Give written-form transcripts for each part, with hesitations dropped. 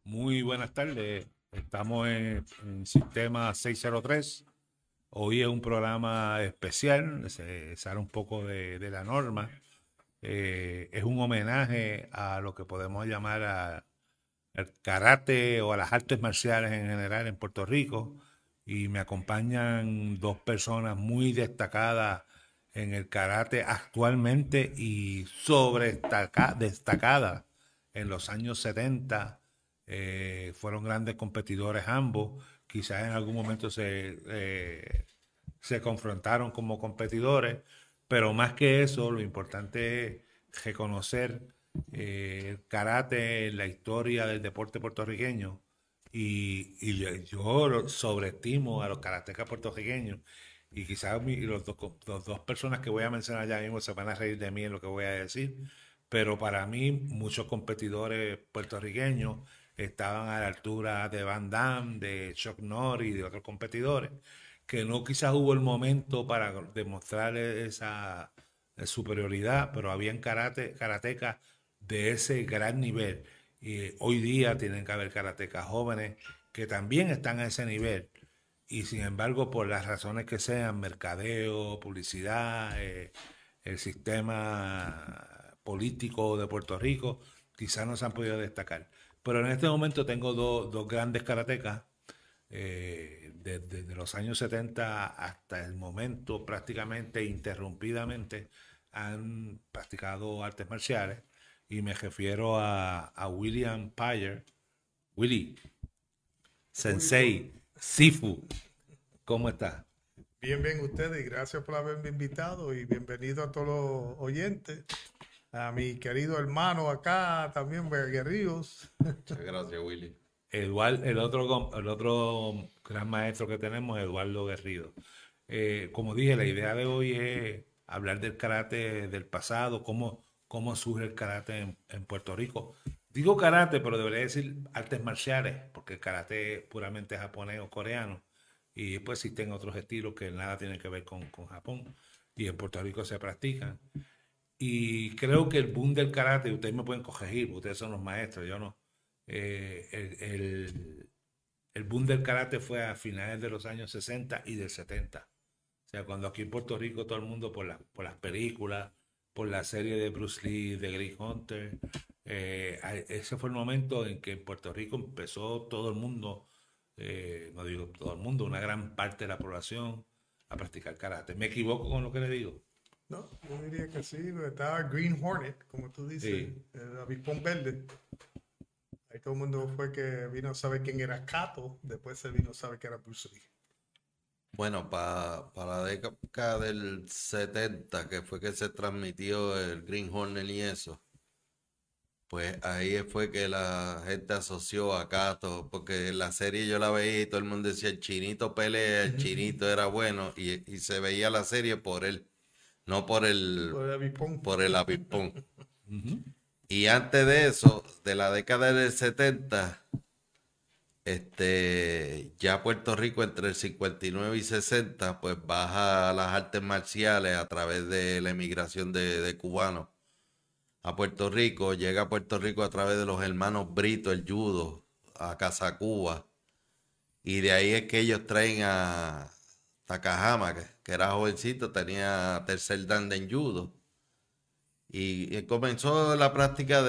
Muy buenas tardes. Estamos en Sistema 603. Hoy es un programa especial, se sale un poco de la norma. Es un homenaje a lo que podemos llamar al karate o a las artes marciales en general en Puerto Rico. Y me acompañan dos personas muy destacadas en el karate actualmente y destacadas en los años 70. Fueron grandes competidores ambos. Quizás en algún momento se confrontaron como competidores, pero más que eso, lo importante es reconocer el karate en la historia del deporte puertorriqueño y yo sobreestimo a los karatecas puertorriqueños y quizás los dos personas que voy a mencionar ya mismo se van a reír de mí en lo que voy a decir, pero para mí muchos competidores puertorriqueños estaban a la altura de Van Damme, de Chuck Norris y de otros competidores, que no quizás hubo el momento para demostrar esa superioridad, pero habían karatecas de ese gran nivel. Y hoy día tienen que haber karatecas jóvenes que también están a ese nivel. Y sin embargo, por las razones que sean, mercadeo, publicidad, el sistema político de Puerto Rico, quizás no se han podido destacar. Pero en este momento tengo dos grandes karatecas desde los años 70 hasta el momento, prácticamente interrumpidamente, han practicado artes marciales. Y me refiero a William Pyre, Willy, Uy, pues, Sensei, Sifu. ¿Cómo está? bien, bien ustedes y gracias por haberme invitado y bienvenido a todos los oyentes. A mi querido hermano acá también, Ríos. Muchas gracias, Willy. El otro gran maestro que tenemos es Eduardo Guerrido. Como dije, la idea de hoy es hablar del karate del pasado, cómo surge el karate en Puerto Rico. Digo karate, pero debería decir artes marciales, porque el karate es puramente japonés o coreano. Y después existen otros estilos que nada tienen que ver con Japón. Y en Puerto Rico se practican. Y creo que el boom del karate, ustedes me pueden corregir, ustedes son los maestros, yo no. Eh, el, el- el boom del karate fue a finales de los años 60 y del 70. O sea, cuando aquí en Puerto Rico todo el mundo por las películas, por la serie de Bruce Lee, de Greg Hunter, ese fue el momento en que en Puerto Rico empezó todo el mundo, no digo todo el mundo, una gran parte de la población a practicar karate. ¿Me equivoco con lo que le digo? No, yo diría que sí, estaba Green Hornet, como tú dices, Sí. el avispón verde. Ahí todo el mundo fue que vino a saber quién era Kato, después se vino a saber que era Bruce Lee. Bueno, para la década del 70, que fue que se transmitió el Green Hornet y eso, pues ahí fue que la gente asoció a Cato, porque en la serie yo la veía y todo el mundo decía, el chinito pelea, el chinito era bueno, y se veía la serie por él, no Por el avispón. por el avispón. Ujú. Y antes de eso, de la década del 70, ya Puerto Rico entre el 59 y 60, pues baja a las artes marciales a través de la emigración de cubanos a Puerto Rico. Llega a Puerto Rico a través de los hermanos Brito, el judo, a Casa Cuba. Y de ahí es que ellos traen a Takahama, que era jovencito, tenía tercer dan en judo. Y comenzó la práctica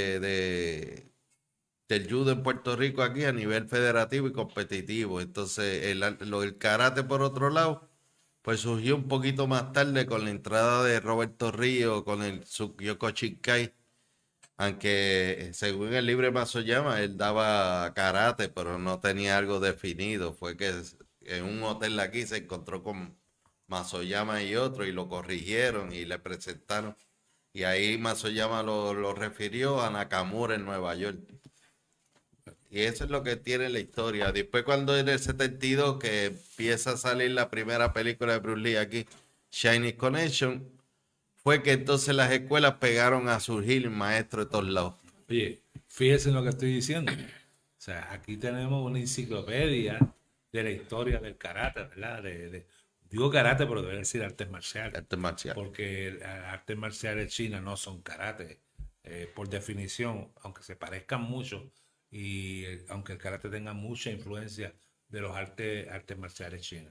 del judo en Puerto Rico aquí a nivel federativo y competitivo. Entonces, el karate, por otro lado, pues surgió un poquito más tarde con la entrada de Roberto Río, con el Tsukioku Shinkai, aunque según el libre Masoyama, él daba karate, pero no tenía algo definido. Fue que en un hotel aquí se encontró con Masoyama y otro y lo corrigieron y le presentaron. Y ahí Masoyama lo refirió a Nakamura en Nueva York. Y eso es lo que tiene la historia. Después cuando en el 72 que empieza a salir la primera película de Bruce Lee aquí, Chinese Connection, fue que entonces las escuelas pegaron a surgir maestros de todos lados. Oye, fíjense en lo que estoy diciendo. O sea, aquí tenemos una enciclopedia de la historia del karate, ¿verdad? Digo karate, pero debe decir artes marciales, Arte marcial. porque las artes marciales chinas no son karate, por definición, aunque se parezcan mucho, y aunque el karate tenga mucha influencia de los artes marciales chinas.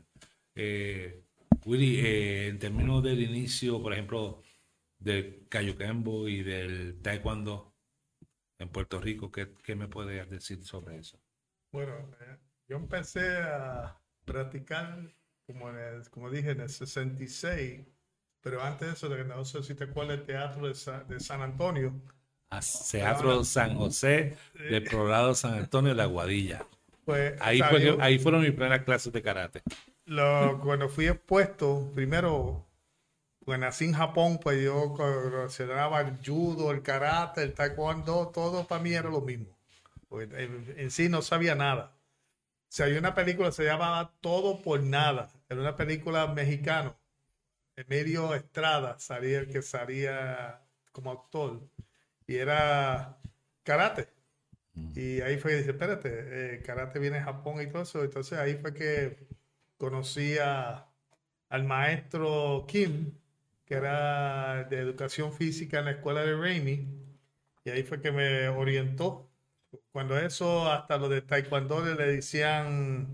Willy, en términos del inicio, por ejemplo, del Kajukenbo y del Taekwondo en Puerto Rico, ¿qué me puedes decir sobre eso? Bueno, yo empecé a practicar, como dije, en el 66, pero antes de eso, no sé si te acuerdas del teatro de San Antonio. Teatro San José del Poblado San Antonio de la Aguadilla. Pues ahí fueron mis primeras clases de karate. Cuando fui expuesto, primero, pues nací en Japón, pues yo consideraba el judo, el karate, el taekwondo, todo para mí era lo mismo. Pues en sí no sabía nada. O sea, hay una película que se llamaba Todo por Nada. Era una película mexicana. Emilio Estrada salía el que salía como actor. Y era karate. Y ahí fue que dice, espérate, karate viene de Japón y todo eso. Entonces ahí fue que conocí al maestro Kim, que era de educación física en la escuela de Raimi. Y ahí fue que me orientó. Cuando eso, hasta lo de taekwondo le decían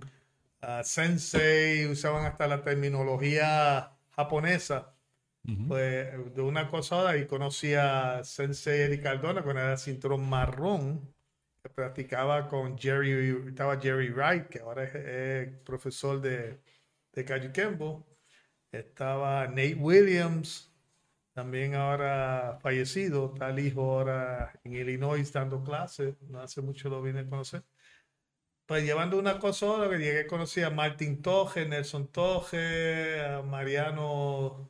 sensei, usaban hasta la terminología japonesa. Pues de una cosa ahora, y conocí a Sensei Eric Cardona, cuando era cinturón marrón, que practicaba con estaba Jerry Wright, que ahora es profesor de Kajukenbo. Estaba Nate Williams, también ahora fallecido, está el hijo ahora en Illinois dando clases, no hace mucho lo vine a conocer. Pues llevando una cosa ahora, que llegué a conocer a Martín Toje, Nelson Toje, a Mariano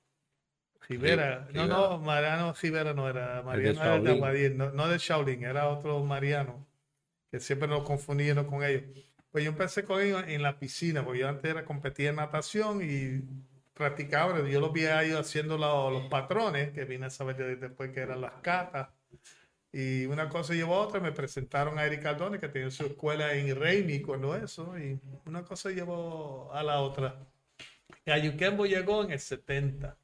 Rivera. No, Mariano Rivera no era. Mariano era de Aguadilla, no de Shaolin, era otro Mariano, que siempre nos confundíamos con ellos. Pues yo empecé con ellos en la piscina, porque yo antes competía en natación y practicaba. Yo los vi a ellos haciendo los patrones, que vine a saber después que eran las katas. Y una cosa llevó a otra, me presentaron a Eric Cardone, que tenía su escuela en Raimi cuando eso, y una cosa llevó a la otra. Kajukenbo llegó en el 70.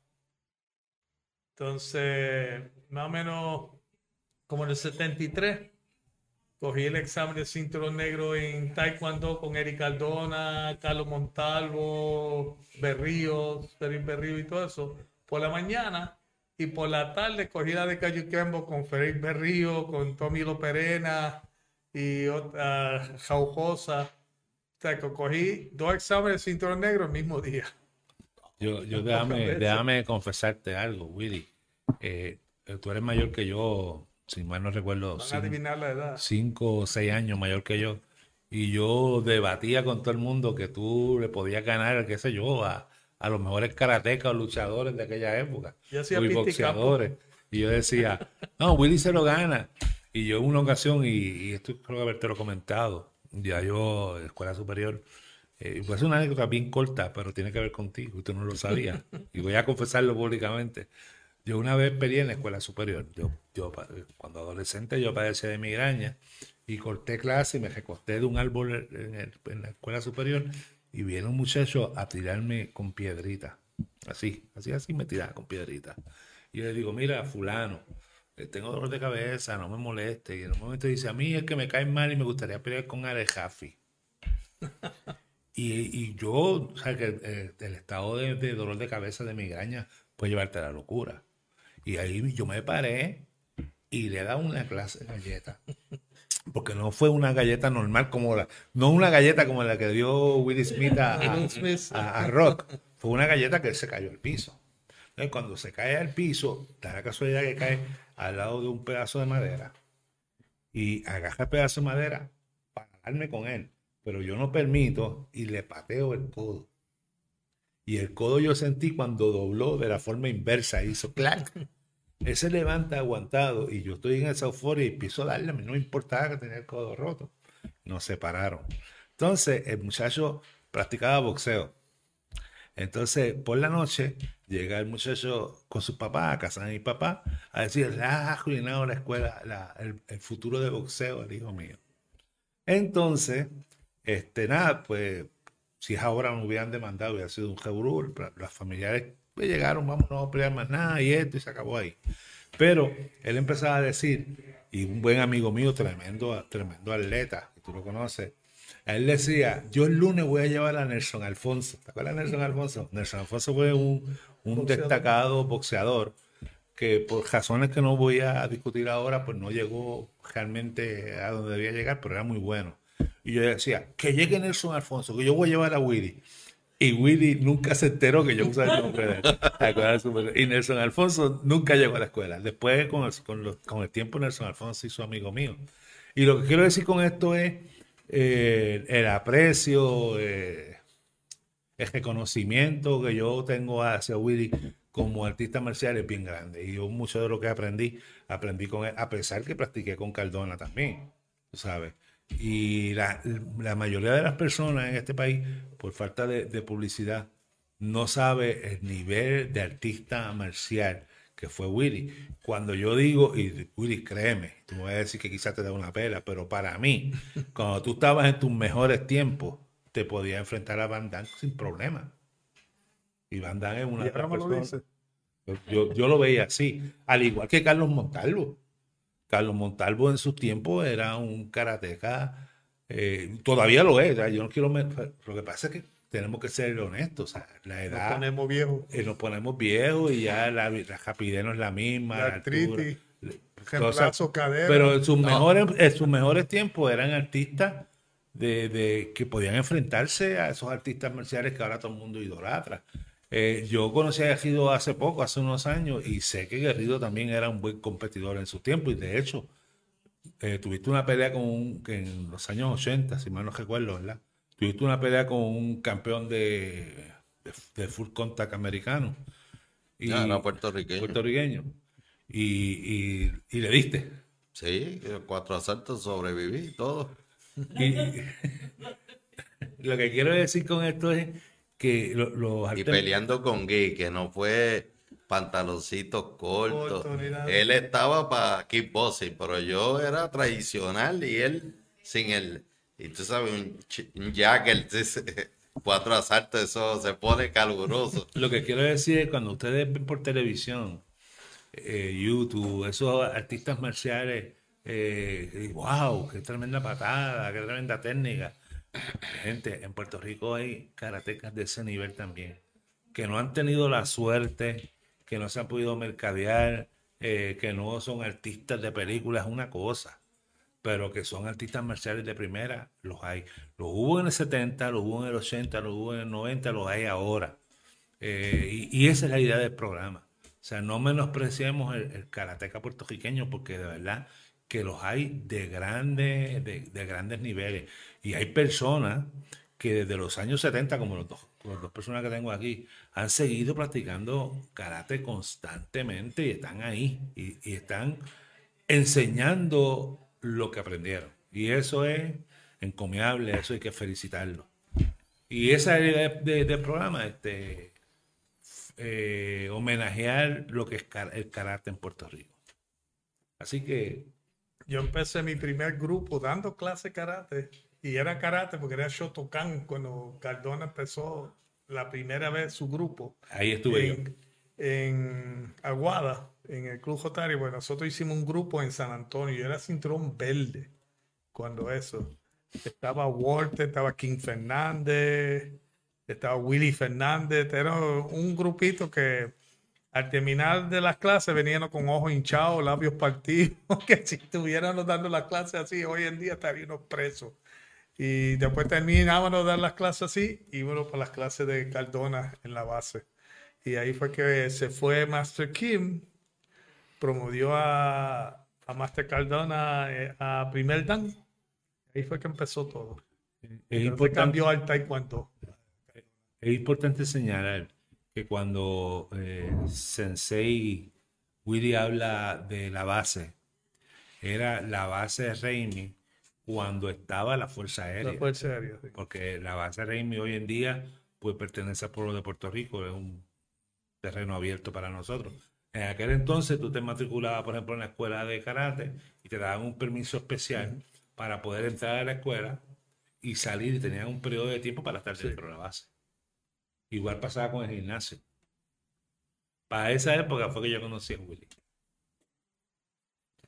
Entonces, más o menos como en el 73, cogí el examen de cinturón negro en Taekwondo con Eric Cardona, Carlos Montalvo, Berríos, Ferín Berrío y todo eso, por la mañana. Y por la tarde cogí la de Kajukenbo con Ferín Berrío, con Tommy Loperena y Jaujosa. O sea, que cogí 2 exámenes de cinturón negro el mismo día. Déjame confesarte algo, Willy. Tú eres mayor que yo, si mal no recuerdo, Van a adivinar la edad. 5 o 6 años mayor que yo. Y yo debatía con todo el mundo que tú le podías ganar, qué sé yo, a los mejores karatecas o luchadores de aquella época. Yo hacía y boxeadores. Y yo decía, no, Willy se lo gana. Y yo en una ocasión, y esto creo que haberte lo comentado, ya yo, en escuela superior, pues es una anécdota bien corta, pero tiene que ver contigo, y tú no lo sabías. Y voy a confesarlo públicamente. Yo una vez peleé en la escuela superior. Yo cuando adolescente yo padecía de migraña y corté clase y me recosté de un árbol en la escuela superior y viene un muchacho a tirarme con piedrita. Así me tiraba con piedrita. Y yo le digo, mira, fulano, tengo dolor de cabeza, no me moleste. Y en un momento dice, a mí es que me cae mal y me gustaría pelear con Alex Jaffe. Y yo, o sea, que el estado de dolor de cabeza, de migraña, puede llevarte a la locura. Y ahí yo me paré y le he dado una clase de galleta. Porque no fue una galleta normal no una galleta como la que dio Will Smith a Rock. Fue una galleta que él se cayó al piso. Entonces, cuando se cae al piso, da la casualidad que cae al lado de un pedazo de madera. Y agarra el pedazo de madera para darme con él. Pero yo no permito y le pateo el codo. Y el codo yo sentí cuando dobló de la forma inversa, hizo clac. Él se levanta aguantado y yo estoy en esa euforia y empiezo a darle, a mí no me importaba que tenía el codo roto. Nos separaron. Entonces el muchacho practicaba boxeo. Entonces por la noche llega el muchacho con su papá, a casa de mi papá, a decir, ha arruinado la escuela, el futuro de boxeo del hijo mío. Entonces, nada, pues si es ahora me hubieran demandado, hubiera sido un revolú, los familiares pues, llegaron, vamos, no vamos a pelear más nada y esto, y se acabó ahí. Pero él empezaba a decir y un buen amigo mío, tremendo atleta, que tú lo conoces. A él decía, yo el lunes voy a llevar a Nelson Alfonso. ¿Te acuerdas de Nelson Alfonso? Nelson Alfonso fue un destacado boxeador que por razones que no voy a discutir ahora, pues no llegó realmente a donde debía llegar, pero era muy bueno. Y yo decía, que llegue Nelson Alfonso, que yo voy a llevar a Willy. Y Willy nunca se enteró que yo usaba el nombre de él. ¿Te acuerdas? Y Nelson Alfonso nunca llegó a la escuela. Después, con el tiempo, Nelson Alfonso se hizo amigo mío. Y lo que quiero decir con esto es el aprecio, el reconocimiento que yo tengo hacia Willy como artista marcial es bien grande. Y yo mucho de lo que aprendí con él, a pesar que practiqué con Cardona también, tú sabes. Y la mayoría de las personas en este país, por falta de publicidad, no sabe el nivel de artista marcial que fue Willy. Cuando yo digo, y Willy, créeme, tú me vas a decir que quizás te da una pela, pero para mí, cuando tú estabas en tus mejores tiempos, te podías enfrentar a Van Damme sin problema. Y Van Damme es una de las personas. Yo lo veía así, al igual que Carlos Montalvo. Carlos Montalvo en sus tiempos era un karateca, todavía lo es. Yo no quiero. Lo que pasa es que tenemos que ser honestos. O sea, la edad. Nos ponemos viejos y ya la rapidez no es la misma. La artritis, cadera. Pero en sus mejores tiempos eran artistas que podían enfrentarse a esos artistas marciales que ahora todo el mundo idolatra. Yo conocí a Garrido hace poco, hace unos años, y sé que Garrido también era un buen competidor en su tiempo. Y de hecho, tuviste una pelea que en los años 80, si mal no recuerdo, ¿verdad? Tuviste una pelea con un campeón de full contact americano. No, puertorriqueño. Puertorriqueño. Y le diste. Sí, 4 asaltos, sobreviví, todo. Y lo que quiero decir con esto es que y peleando con Gui, que no fue pantaloncitos cortos. Él estaba para kickboxing, pero yo era tradicional y él sin el, y tú sabes, un jacket, 4 asaltos, eso se pone caluroso. Lo que quiero decir es cuando ustedes ven por televisión, YouTube, esos artistas marciales, wow, qué tremenda patada, qué tremenda técnica. Gente, en Puerto Rico hay karatecas de ese nivel también, que no han tenido la suerte, que no se han podido mercadear, que no son artistas de películas, una cosa, pero que son artistas marciales de primera, los hay. Los hubo en el 70, los hubo en el 80, los hubo en el 90, los hay ahora. Y esa es la idea del programa. O sea, no menospreciemos el karateca puertorriqueño porque de verdad que los hay de grandes niveles. Y hay personas que desde los años 70, como las dos personas que tengo aquí, han seguido practicando karate constantemente y están ahí. Y están enseñando lo que aprendieron. Y eso es encomiable, eso hay que felicitarlo. Y esa es la idea del programa, homenajear lo que es el karate en Puerto Rico. Así que yo empecé mi primer grupo dando clase de karate y era karate porque era Shotokan cuando Cardona empezó la primera vez su grupo. Ahí estuve yo. En Aguada, en el Club Rotary, bueno, nosotros hicimos un grupo en San Antonio, yo era cinturón verde cuando eso. Estaba Walter, estaba King Fernández, estaba Willy Fernández, era un grupito que al terminar de las clases venían con ojos hinchados, labios partidos, que si estuviéramos dando las clases así, hoy en día estaríamos presos. Y después terminábamos de dar las clases así, íbamos para las clases de Cardona en la base. Y ahí fue que se fue Master Kim, promovió a Master Cardona a primer dan. Ahí fue que empezó todo. Cambió al taekwondo. Es importante señalar que cuando Sensei Willy habla de la base, era la base de Raimi cuando estaba la Fuerza Aérea. La Fuerza Aérea, sí. Porque la base de Raimi hoy en día pues pertenece al pueblo de Puerto Rico, es un terreno abierto para nosotros. En aquel entonces tú te matriculabas, por ejemplo, en la escuela de karate y te daban un permiso especial para poder entrar a la escuela y salir, y tenían un periodo de tiempo para estar dentro de la base. Igual pasaba con el gimnasio. Para esa época fue que yo conocí a Willy.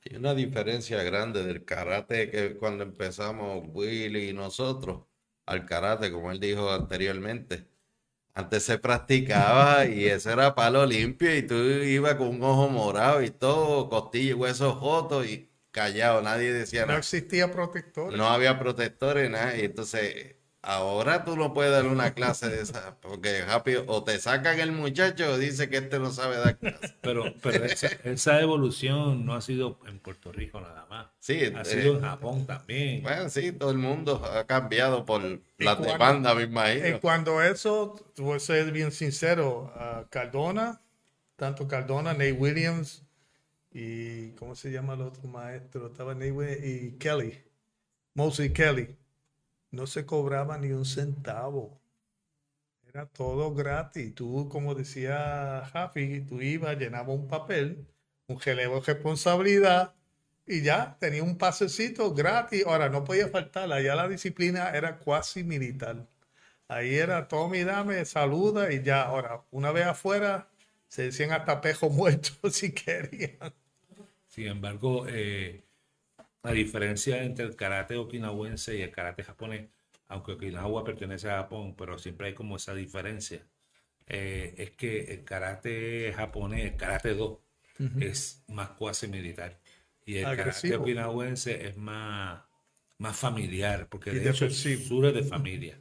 Hay una diferencia grande del karate que cuando empezamos Willy y nosotros al karate, como él dijo anteriormente. Antes se practicaba y eso era palo limpio y tú ibas con un ojo morado y todo, costilla y huesos jotos y callado, nadie decía No nada. existía protectores. No había protectores, nada. Y entonces, ahora tú no puedes dar una clase de esa, porque rápido o te sacan el muchacho o dice que este no sabe dar clase. Pero esa evolución no ha sido en Puerto Rico nada más. Sí, Ha sido en Japón también. bueno, sí, todo el mundo ha cambiado por Y las cuando- demandas, me imagino. Cuando eso, voy a ser bien sincero, Cardona, tanto Cardona, Nate Williams y ¿cómo se llama el otro maestro? Estaba Nate Williams y Kelly, Mosley Kelly. No se cobraba ni un centavo. Era todo gratis. Tú, como decía Javi, tú ibas, llenabas un papel, un relevo de responsabilidad y ya tenía un pasecito gratis. Ahora, no podía faltar. Allá la disciplina era cuasi militar. Ahí era tome y dame, saluda y ya. Ahora, una vez afuera, se decían hasta pejo muerto si querían. Sin embargo, la diferencia entre el karate okinawense y el karate japonés, aunque Okinawa pertenece a Japón, pero siempre hay como esa diferencia, es que el karate japonés, el karate do, es más cuasi militar y el karate Agresivo okinawense es más familiar, porque y de hecho defensivo. sur de familia.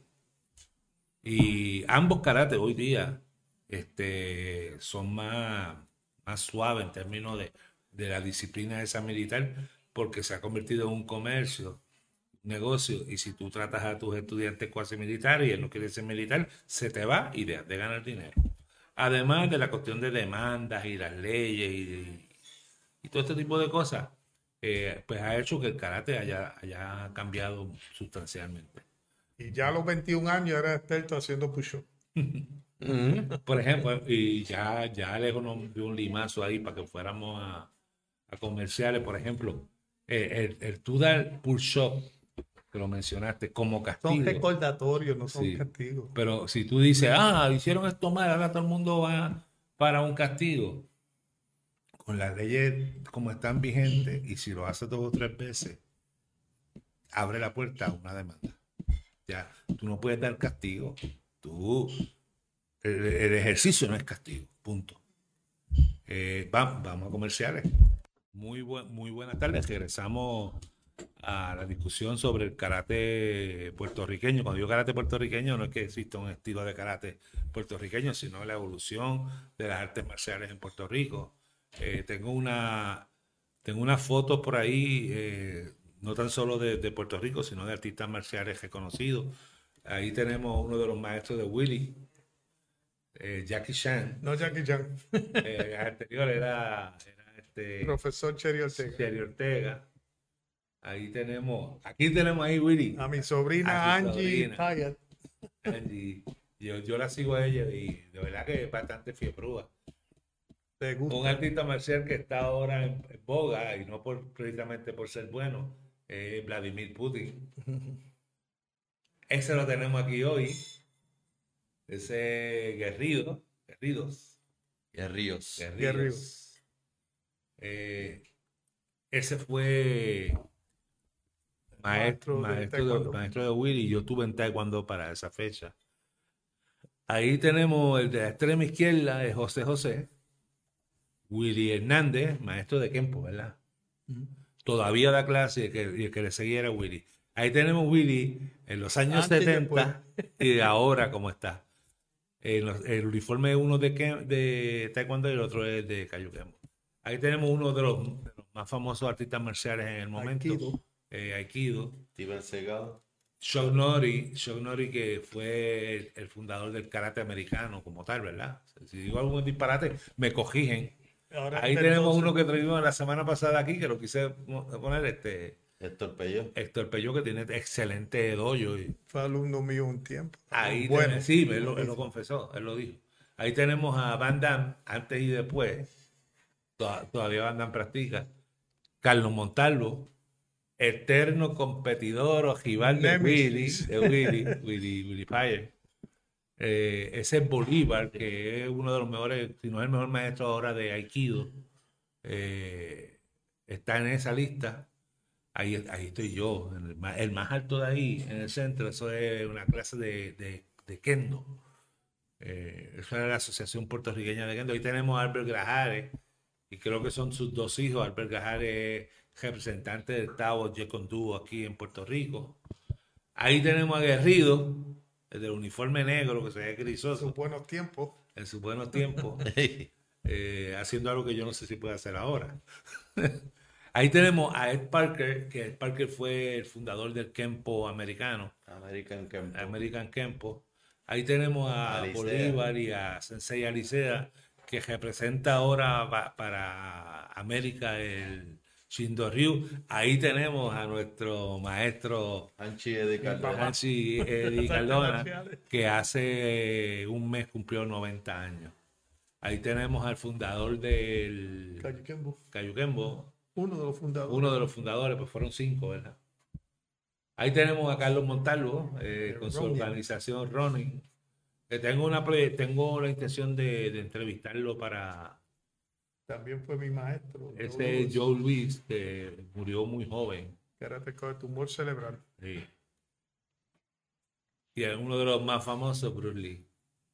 Y ambos karates hoy día son más suaves en términos de la disciplina esa militar, porque se ha convertido en un comercio, un negocio, y si tú tratas a tus estudiantes cuasi militares y él no quiere ser militar, se te va y dejas de ganar dinero. Además de la cuestión de demandas y las leyes y todo este tipo de cosas, pues ha hecho que el karate haya cambiado sustancialmente. Y ya a los 21 años era experto haciendo push-up. Ujú. Por ejemplo, y ya lejos de un limazo ahí para que fuéramos a comerciales, por ejemplo, el tú dar push-up, que lo mencionaste, como Son castigo. recordatorios, no son Sí. castigos. Pero si tú dices, hicieron esto mal, ahora todo el mundo va para un castigo, con las leyes como están vigentes, y si lo haces 2 o 3 veces, abre la puerta a una demanda. Ya, tú no puedes dar castigo. El ejercicio no es castigo, punto. Vamos a comerciales. Muy buenas tardes. Regresamos a la discusión sobre el karate puertorriqueño. Cuando digo karate puertorriqueño, no es que exista un estilo de karate puertorriqueño, sino la evolución de las artes marciales en Puerto Rico. Tengo unas fotos por ahí, no tan solo de Puerto Rico, sino de artistas marciales reconocidos. Ahí tenemos uno de los maestros de Willy, Jackie Chan. No Jackie Chan. El anterior era Profesor Cherry Ortega. Cherry Ortega. Aquí tenemos ahí Willy. A mi sobrina A tu Angie sobrina. Payet. Angie. Yo la sigo a ella y de verdad que es bastante fiebrúa. ¿Te Un gusta? artista marcial que está ahora en boga y no precisamente por ser bueno, es Vladimir Putin. Ese lo tenemos aquí hoy. Ese Guerridos. Ríos. Ese fue Maestro de taekwondo. maestro de Willy. Yo estuve en taekwondo para esa fecha. Ahí tenemos el de la extrema izquierda, es José José. Willy Hernández, maestro de Kempo, ¿verdad? Todavía da clase y el que le seguía era Willy. Ahí tenemos Willy en los años Antes y 70 y ahora cómo está. El uniforme uno de taekwondo y el otro es de Kayukemo. Ahí tenemos uno de los más famosos artistas marciales en el momento. Aikido. Aikido. Steven Seagal. Shock Nori, que fue el fundador del karate americano como tal, ¿verdad? Si digo algún disparate, me corrigen. Ahora Ahí del tenemos 12. uno que traímos la semana pasada aquí, que lo quise poner, Héctor Pelló. Héctor Pello, que tiene excelente dojo. Fue alumno mío un tiempo. Ahí Bueno. sí, él lo confesó, él lo dijo. Ahí tenemos a Van Damme antes y después. Todavía Van Damme practica. Carlos Montalvo, eterno competidor ojival de Nemesis. Willy Fire. Ese es Bolívar, que es uno de los mejores, si no es el mejor maestro ahora de Aikido. está en esa lista. Ahí estoy yo, el más alto de ahí, en el centro. Eso es una clase de Kendo. Eso era la Asociación Puertorriqueña de Kendo. Ahí tenemos a Albert Grajares, y creo que son sus dos hijos. Albert Grajares es representante del Tao Jeet Kune Do aquí en Puerto Rico. Ahí tenemos a Guerrido, el del uniforme negro que se ve Sus grisoso, buenos tiempos. en sus buenos tiempos, haciendo algo que yo no sé si puede hacer ahora. Ahí tenemos a Ed Parker, que Ed Parker fue el fundador del Kempo americano, American Kempo. American Kempo. Ahí tenemos a Alicea. Bolívar y a Sensei Alicea, que representa ahora para América el Shindo Ryu. Ahí tenemos a nuestro maestro Hanchi Eddie Cardona. Hanshi Eddie Cardona, que hace un mes cumplió 90 años. Ahí tenemos al fundador del Cayuquembo. Cayuquembo, Uno de los fundadores. uno de los fundadores, pues fueron 5, ¿verdad? Ahí tenemos a Carlos Montalvo, con su Ronin. organización Ronin. Tengo la intención de entrevistarlo para También fue mi maestro. ese Joe Luis, que murió muy joven. Karate con tumor cerebral. Sí. Y es uno de los más famosos, Bruce Lee.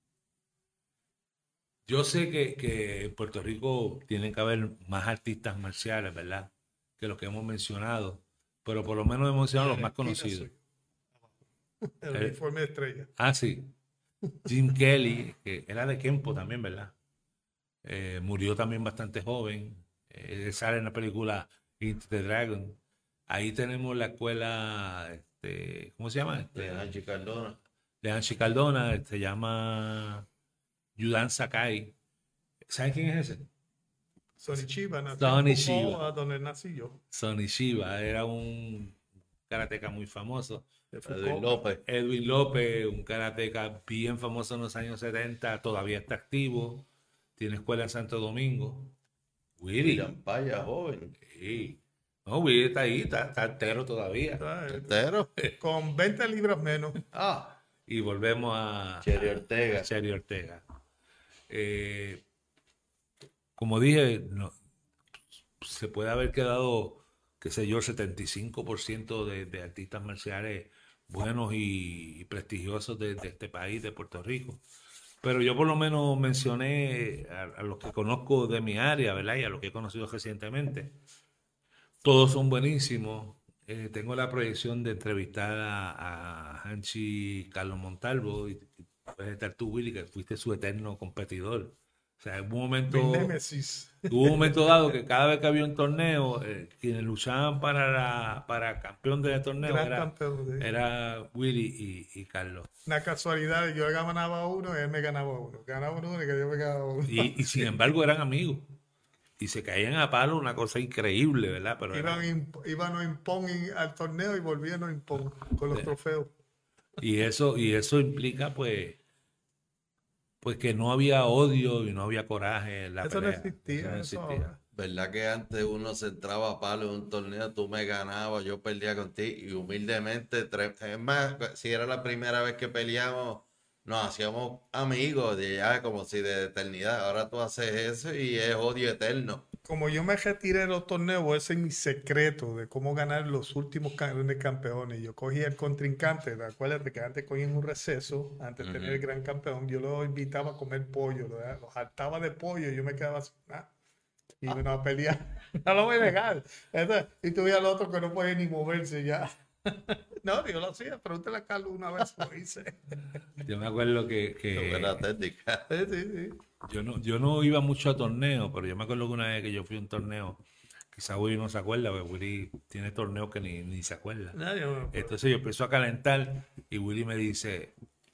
Yo sé que en Puerto Rico tienen que haber más artistas marciales, ¿verdad? Que los que hemos mencionado. Pero por lo menos hemos mencionado los más conocidos. El uniforme de estrella. Ah, sí. Jim Kelly, que era de Kempo también, ¿verdad? Murió también bastante joven. Él sale en la película Into the Dragon. Ahí tenemos la escuela, ¿cómo se llama? De Hanchi Cardona. De Hanshi Cardona, se llama Yudan Sakai. ¿Saben quién es ese? Sonny Chiba nació Sonny en Foucault, Chiba. donde nací yo. Sonny Shiba, era un karateca muy famoso. De Edwin Foucault. López. Edwin López, un karateca bien famoso en los años 70, todavía está activo. Tiene escuela en Santo Domingo. Willy. Champaya, joven. Sí. No, Willy está ahí, está entero todavía. ¿Sabes? Entero. Con 20 libras menos. Ah, Y volvemos a Cherry Ortega. Cherry Ortega. Como dije, se puede haber quedado, qué sé yo, el 75% de artistas marciales buenos y prestigiosos de este país, de Puerto Rico. Pero yo por lo menos mencioné a los que conozco de mi área, ¿verdad? Y a los que he conocido recientemente. Todos son buenísimos. Tengo la proyección de entrevistar a Hanshi Carlos Montalvo, y puedes estar tú, Willy, que fuiste su eterno competidor. O sea, en un momento, Mi némesis. hubo un momento dado que cada vez que había un torneo, quienes luchaban para campeón del torneo Gran campeón. era Willy y Carlos. Una casualidad, yo ganaba uno y él me ganaba uno. Ganaba uno y que yo me ganaba uno. Y sin embargo eran amigos. Y se caían a palo, una cosa increíble, ¿verdad? Pero Iban a Impón al torneo y volvían a Impón con los trofeos. y eso implica, pues que no había odio y no había coraje en la Eso no pelea. existía, Eso no eso existía. ahora. ¿Verdad que antes uno se entraba a palo en un torneo, tú me ganabas, yo perdía contigo y humildemente, es más, si era la primera vez que peleamos, nos hacíamos amigos de ya como si de eternidad. Ahora tú haces eso y es odio eterno. Como yo me retiré de los torneos, ese es mi secreto de cómo ganar los últimos campeones. Yo cogía el contrincante, acuérdate que antes cogían un receso, antes de tener el gran campeón, yo lo invitaba a comer pollo, los hartaba de pollo y yo me quedaba así, y bueno, a pelear. No lo voy a negar. Y tuve al otro que no podía ni moverse ya. No, yo lo hacía, pregúntale a Carlos una vez lo hice. Yo me acuerdo Qué buena técnica. Sí, sí, sí. yo no iba mucho a torneos, pero yo me acuerdo que una vez que yo fui a un torneo, quizá Willy no se acuerda, porque Willy tiene torneos que ni se acuerda. No, yo me acuerdo. Entonces yo empiezo a calentar y Willy me dice,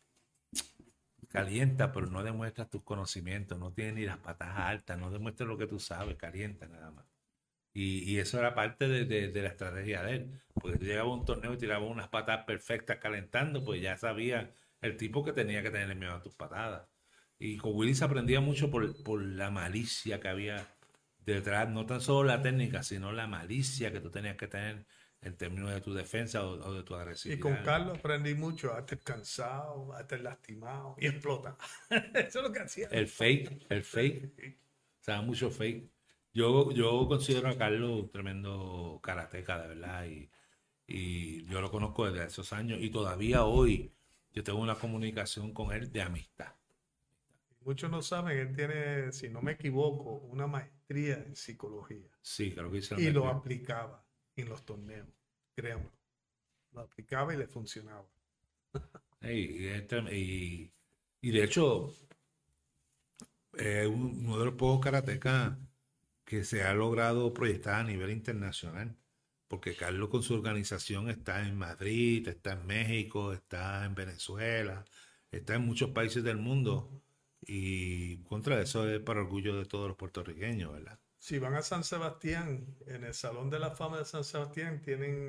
calienta, pero no demuestras tus conocimientos, no tienes ni las patas altas, no demuestras lo que tú sabes, calienta nada más. Y eso era parte de la estrategia de él, porque tú llegabas a un torneo y tirabas unas patas perfectas calentando, pues ya sabía el tipo que tenía que tener miedo a tus patadas. Y con Willy se aprendía mucho por la malicia que había detrás, no tan solo la técnica, sino la malicia que tú tenías que tener en términos de tu defensa o de tu Y agresividad. con Carlos aprendí mucho, hasta cansado, hasta lastimado y explota. Eso es lo que hacía. El fake, o sea, mucho fake. Yo considero a Carlos un tremendo karateca, de verdad, y yo lo conozco desde esos años y todavía hoy yo tengo una comunicación con él de amistad. Muchos no saben, él tiene, si no me equivoco, una maestría en psicología Sí, creo que hice la y lo maestría. aplicaba en los torneos, créanme. Lo aplicaba y le funcionaba. Y de hecho, uno de los pocos karatecas que se ha logrado proyectar a nivel internacional, porque Carlos con su organización está en Madrid, está en México, está en Venezuela, está en muchos países del mundo, y contra eso es para orgullo de todos los puertorriqueños, ¿verdad? Si van a San Sebastián, en el Salón de la Fama de San Sebastián tienen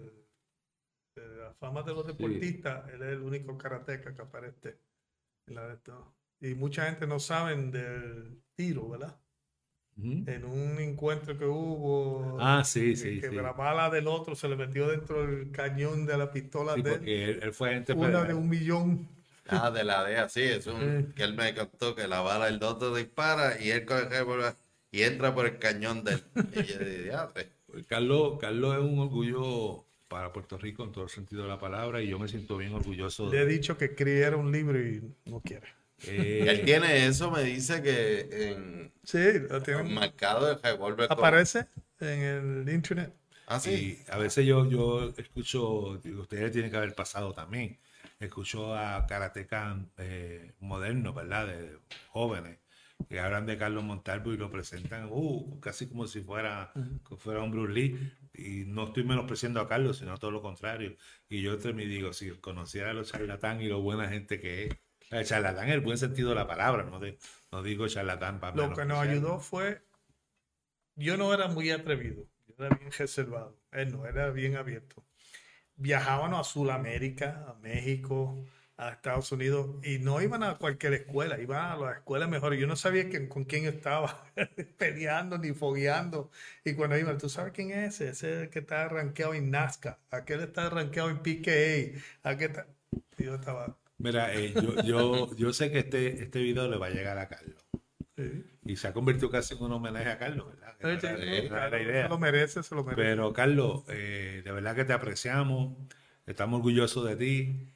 la fama de los Sí. deportistas. Él es el único karateca que aparece en la de esto. Y mucha gente no saben del tiro, ¿verdad? Ujú. En un encuentro que hubo, Ah, sí, sí, que la sí. bala del otro se le metió dentro del cañón de la pistola Sí, de él, porque él fue agente una de federal. 1 millón. Ah, de la DEA, sí, Eh, que él me contó que la bala del otro dispara y él coge el revólver y entra por el cañón de él. Y yo dije, "Diatre". Carlos es un orgullo para Puerto Rico en todo el sentido de la palabra y yo me siento bien orgulloso. Le he dicho que escribiera un libro y no quiere. Él Eh, tiene eso, me dice que Sí, lo tienen. marcado el revólver con... Aparece en el internet. Ah, sí. y a veces yo escucho, digo, ustedes tienen que haber pasado también, escucho a karatecas modernos, ¿verdad? De jóvenes, que hablan de Carlos Montalvo y lo presentan casi como si fuera un Bruce Lee. Y no estoy menospreciando a Carlos, sino todo lo contrario. Y yo entre mí digo, si conociera a los charlatán y lo buena gente que es. El charlatán en el buen sentido de la palabra, no digo charlatán para Lo que nos menospreciarlo. ayudó fue, yo no era muy atrevido, yo era bien reservado, él no, era bien abierto. Viajábamos a Sudamérica, a México, a Estados Unidos, y no iban a cualquier escuela, iban a las escuelas mejores. Yo no sabía con quién estaba peleando ni fogueando. Y cuando iban, ¿tú sabes quién es ese? Ese es el que está rankeado en NASCAR, aquel está rankeado en PKA, aquel está... Y yo estaba... Mira, yo sé que este video le va a llegar a Carlos. Sí. Y se ha convertido casi en un homenaje a Carlos, ¿verdad? Que Sí, no, esa era la claro, se lo idea. merece, se lo merece. Pero Carlos, de verdad que te apreciamos, estamos orgullosos de ti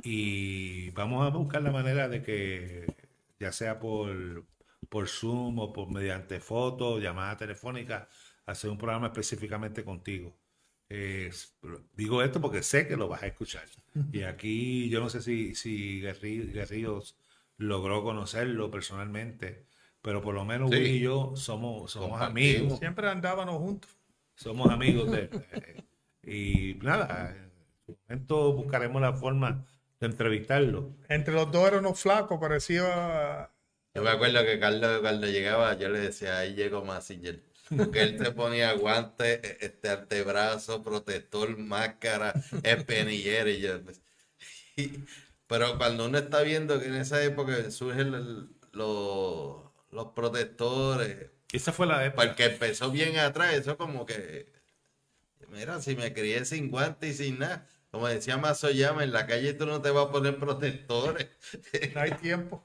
y vamos a buscar la manera de que, ya sea por Zoom o por mediante fotos, llamada telefónica, hacer un programa específicamente contigo. Digo esto porque sé que lo vas a escuchar. Y aquí yo no sé si Guerrillos logró conocerlo personalmente, pero por lo menos Will y Sí, yo somos amigos, compartimos. Siempre andábamos juntos. somos amigos de él. Y nada, en su momento buscaremos la forma de entrevistarlo. Entre los dos eran unos flacos, parecía... Yo me acuerdo que Carlos cuando llegaba, yo le decía, ahí llegó Massinger. Porque él se ponía guantes, antebrazo, protector, máscara, espinillera y yo, pues, y- pero cuando uno está viendo que en esa época surgen los protectores, Esa fue la época. porque empezó bien atrás, eso como que, mira, si me crié sin guantes y sin nada, como decía Mazoyama, en la calle tú no te vas a poner protectores. No hay tiempo.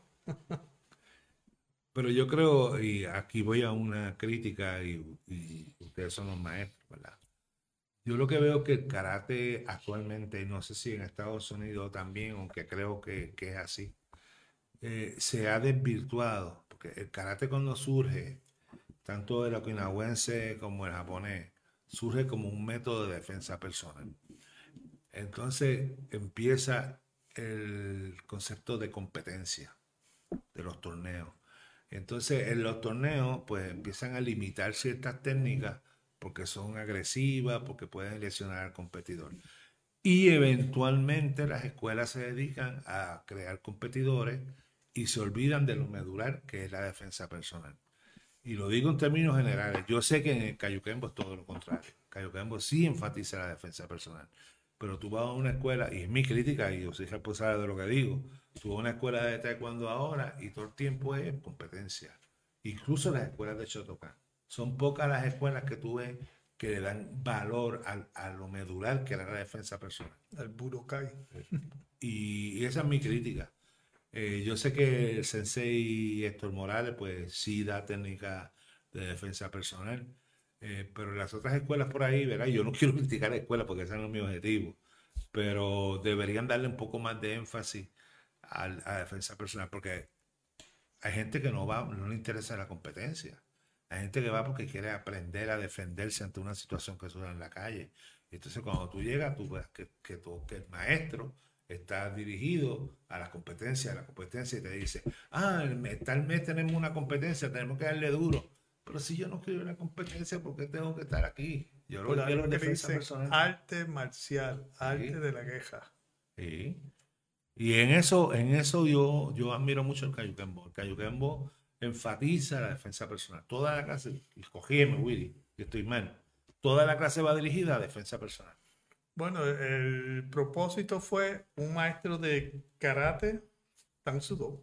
Pero yo creo, y aquí voy a una crítica, y ustedes son los maestros, ¿verdad? Yo lo que veo que el karate actualmente, y no sé si en Estados Unidos también, aunque creo que es así, se ha desvirtuado, porque el karate cuando surge, tanto el okinawense como el japonés, surge como un método de defensa personal. Entonces empieza el concepto de competencia de los torneos. Entonces en los torneos pues empiezan a limitar ciertas técnicas porque son agresivas, porque pueden lesionar al competidor. Y eventualmente las escuelas se dedican a crear competidores y se olvidan de lo medular que es la defensa personal. Y lo digo en términos generales. Yo sé que en el Cayuquembo es todo lo contrario. Cayuquembo sí enfatiza la defensa personal. Pero tú vas a una escuela, y es mi crítica, y yo soy responsable de lo que digo, tú vas a una escuela de taekwondo ahora y todo el tiempo es competencia. Incluso las escuelas de Shotokan. Son pocas las escuelas que tú ves que le dan valor a lo medular que era la defensa personal. El Budokai. Y esa es mi crítica. Yo sé que el sensei Héctor Morales, pues sí da técnica de defensa personal. Pero las otras escuelas por ahí, ¿verdad? Yo no quiero criticar a escuelas porque ese no es mi objetivo, pero deberían darle un poco más de énfasis a defensa personal porque hay gente que no va, no le interesa la competencia. Hay gente que va porque quiere aprender a defenderse ante una situación que surge en la calle. Entonces, cuando tú llegas, tú ves que el maestro está dirigido a la competencia y te dice, tal mes tenemos una competencia, tenemos que darle duro. Pero si yo no quiero una competencia, ¿por qué tengo que estar aquí? Yo lo Por que ahí quiero es que le defensa dicen personal. arte marcial, arte Sí. de la queja. Sí. Y en eso yo admiro mucho el Cayuquembo. El Cayuquembo enfatiza la defensa personal. Toda la clase, y corrígeme, Willy, que estoy mal. Toda la clase va dirigida a defensa personal. Bueno, el propósito fue un maestro de karate, Tang Soo,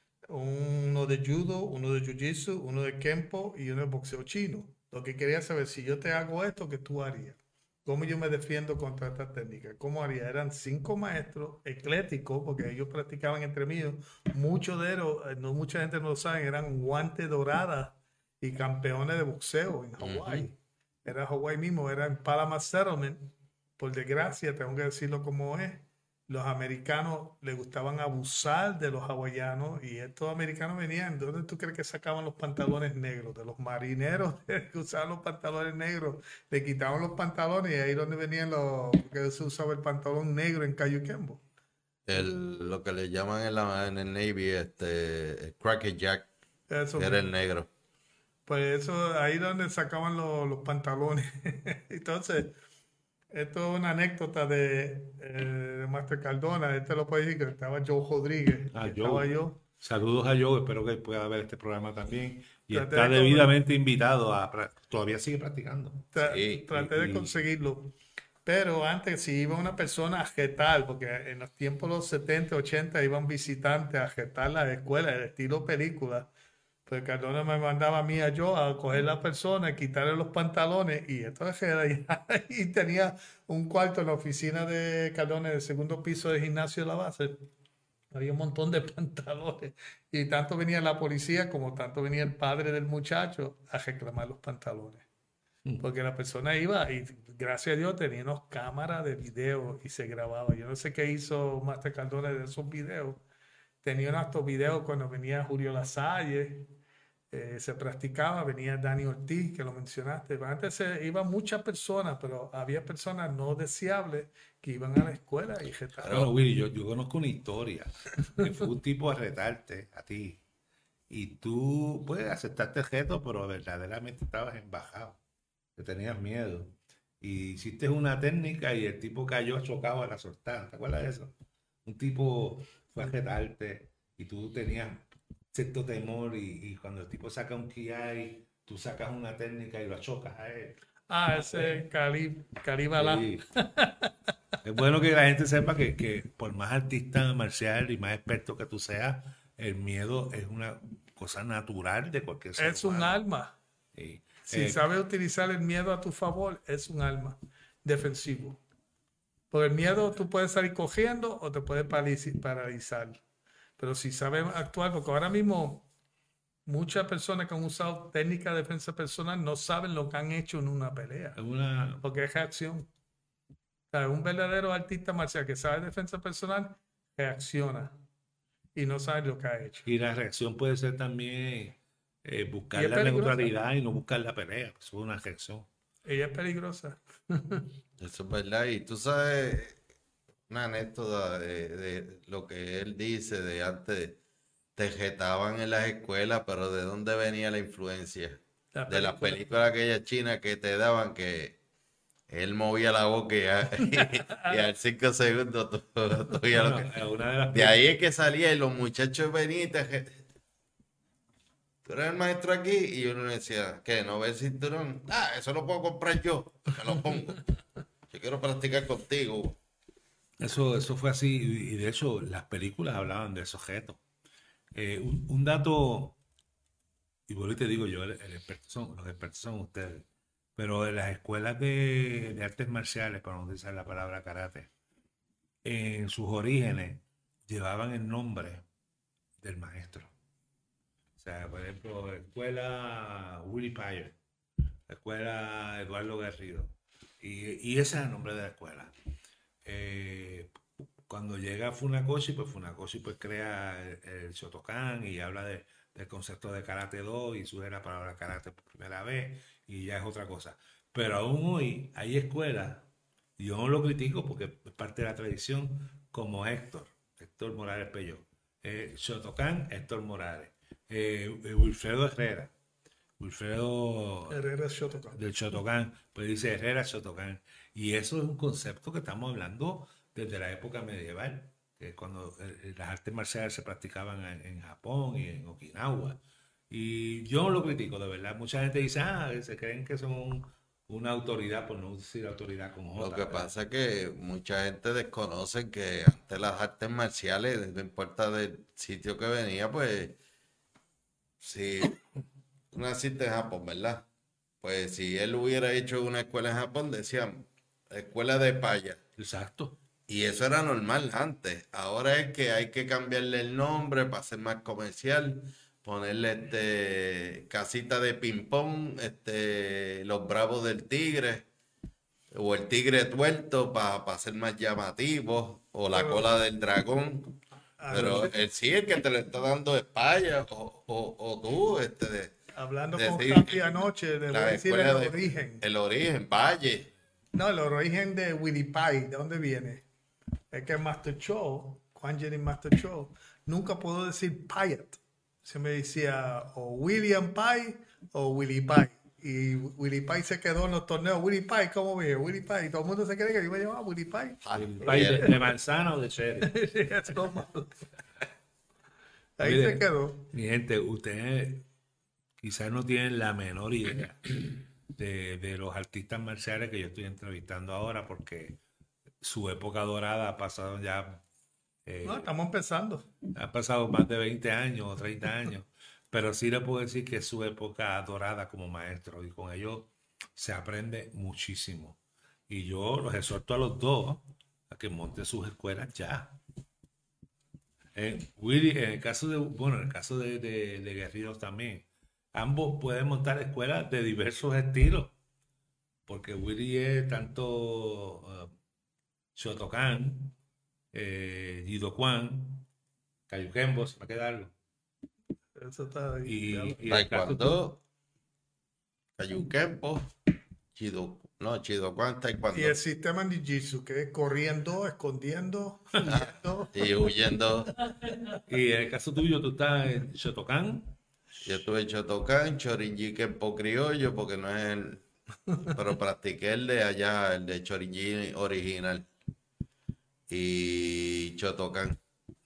uno de judo, uno de jiu-jitsu, uno de kempo y uno de boxeo chino. Lo que quería saber, si yo te hago esto, ¿qué tú harías? ¿Cómo yo me defiendo contra esta técnica? ¿Cómo haría? Eran 5 maestros ecléticos, porque ellos practicaban entre ellos. Muchos de ellos, no mucha gente no lo sabe, eran guantes doradas y campeones de boxeo en Hawái. Era Hawái mismo, era en Palama Settlement. Por desgracia, tengo que decirlo como es. Los americanos les gustaban abusar de los hawaianos y estos americanos venían, ¿de dónde tú crees que sacaban los pantalones negros? De los marineros que usaban los pantalones negros, le quitaban los pantalones y ahí donde venían los que se usaba el pantalón negro en Cayuquembo. Lo que le llaman en el Navy, Cracker Jack, Eso que era el mismo. negro. Pues eso, ahí donde sacaban los pantalones. Entonces, esto es una anécdota de Master Cardona. Este lo puede decir que estaba Joe Rodríguez y estaba Joe. yo. Saludos a Joe, espero que pueda ver este programa también. Y Traté está de, con- debidamente invitado todavía sigue practicando. Sí. traté de conseguirlo. Pero antes, si iba una persona a jetar, porque en los tiempos de los 70, 80 iban visitantes a jetar las escuelas, el estilo película. Pues Cardona me mandaba a mí a yo a coger la persona, quitarle los pantalones y entonces y tenía un cuarto en la oficina de Cardona, en el segundo piso del gimnasio de la base. Había un montón de pantalones y tanto venía la policía como tanto venía el padre del muchacho a reclamar los pantalones. Porque la persona iba y gracias a Dios tenía unas cámaras de video y se grababa. Yo no sé qué hizo Master Cardona de esos videos. Tenía unos videos cuando venía Julio Lasalle, se practicaba, venía Dani Ortiz, que lo mencionaste. Antes iban muchas personas, pero había personas no deseables que iban a la escuela y Bueno, retaban. Willy, yo conozco una historia que fue un tipo a retarte a ti y tú, pues, aceptaste el reto, pero verdaderamente estabas embajado, que tenías miedo. Y hiciste una técnica y el tipo cayó chocado a la soltada. ¿Te acuerdas de eso? Un tipo fue a retarte y tú tenías cierto temor y cuando el tipo saca un KI, tú sacas una técnica y lo chocas a él. Ese Calibala. Sí. Es bueno que la gente sepa que por más artista marcial y más experto que tú seas, el miedo es una cosa natural de cualquier ser Es un humano. arma. Sí. Si sabes utilizar el miedo a tu favor, es un arma defensivo. Por el miedo tú puedes salir cogiendo o te puedes paralizar. Pero si sabes actuar, porque ahora mismo muchas personas que han usado técnicas de defensa personal no saben lo que han hecho en una pelea, Es una, porque es reacción. O sea, un verdadero artista marcial que sabe defensa personal reacciona y no sabe lo que ha hecho. y la reacción puede ser también Y buscar es la peligrosa. neutralidad y no buscar la pelea. Eso es una reacción. Ella es peligrosa. Eso es verdad. Y tú sabes una anécdota de lo que él dice de antes, te jetaban en las escuelas, pero ¿de dónde venía la influencia? La De las película. películas aquellas chinas que te daban que él movía la boca y al 5 segundos tú oías lo Bueno, que... una de las De ahí es que salía y los muchachos venían y tú eres el maestro aquí y uno decía, ¿qué? ¿No ves el cinturón? Ah, eso lo puedo comprar yo, me lo pongo. Yo quiero practicar contigo. eso fue así y de hecho las películas hablaban de esos retos. Un dato, y vuelvo y te digo yo, los expertos son ustedes, pero en las escuelas de artes marciales, para no utilizar la palabra karate, en sus orígenes llevaban el nombre del maestro. O sea, por ejemplo, escuela Willy Payer, escuela Eduardo Garrido. Y ese es el nombre de la escuela. Eh, Cuando llega Funakoshi pues crea el Shotokan y habla del concepto de Karate Do y sugiere la palabra Karate por primera vez y ya es otra cosa. Pero aún hoy hay escuelas, y yo no lo critico porque es parte de la tradición, como Héctor Morales Pello, Shotokan, Héctor Morales, Wilfredo Herrera, Wilfredo Herrera Shotokan. del Shotokan, pues dice Herrera Shotokan. Y eso es un concepto que estamos hablando desde la época medieval, que cuando las artes marciales se practicaban en Japón y en Okinawa. Y yo no lo critico, de verdad. Mucha gente dice, se creen que son una autoridad, por no decir autoridad con Lo J, que ¿verdad? pasa es que mucha gente desconoce que antes las artes marciales, no importa del sitio que venía, pues si tú naciste en Japón, ¿verdad? Pues si él hubiera hecho una escuela en Japón, decían escuela de paya. Exacto. Y eso era normal antes. Ahora es que hay que cambiarle el nombre para ser más comercial, ponerle casita de ping pong, los bravos del tigre, o el tigre tuerto para ser más llamativo, o la Pero cola del dragón. Pero anoche, el sí, el que te lo está dando es paya, o tú, hablando con decir Javi anoche, le voy a la decir escuela de el origen, Valle. No, el origen de Willy Pie, ¿de dónde viene? Es que Master Cho, Quan Yin y Master Cho, nunca puedo decir Pyatt. Se me decía o William Pie o Willy Pie. Y Willy Pie se quedó en los torneos. Willy Pie, ¿cómo ve? Willy Pie. Y todo el mundo se cree que yo me llamaba Willy Pie. El país de manzana o de cherry. Es como- Ahí se Mire, quedó. mi gente, ustedes quizás no tienen la menor idea de los artistas marciales que yo estoy entrevistando ahora, porque su época dorada ha pasado ya, No, eh, estamos empezando. ha pasado más de 20 años o 30 años, pero sí le puedo decir que es su época dorada como maestro y con ellos se aprende muchísimo. Y yo los exhorto a los dos a que monten sus escuelas ya. Willy, en el caso de, bueno, en el caso de Guerrillos también, ambos pueden montar escuelas de diversos estilos, porque Willy es tanto Shotokan, Jido-Kwan, Kayukembo, se me queda algo. Eso está ahí. Y en el caso tú, Taekwondo, Kayukenpo, Chido-Kwan, Y el Taekwondo. sistema en Jiu-Jitsu, que es corriendo, escondiendo, huyendo. Y huyendo. y en el caso tuyo, tú estás en Shotokan, Yo estuve en Shotokan, Chorinji Kenpo criollo, porque no es el. Pero practiqué el de allá, el de Chorinji original. Y Shotokan.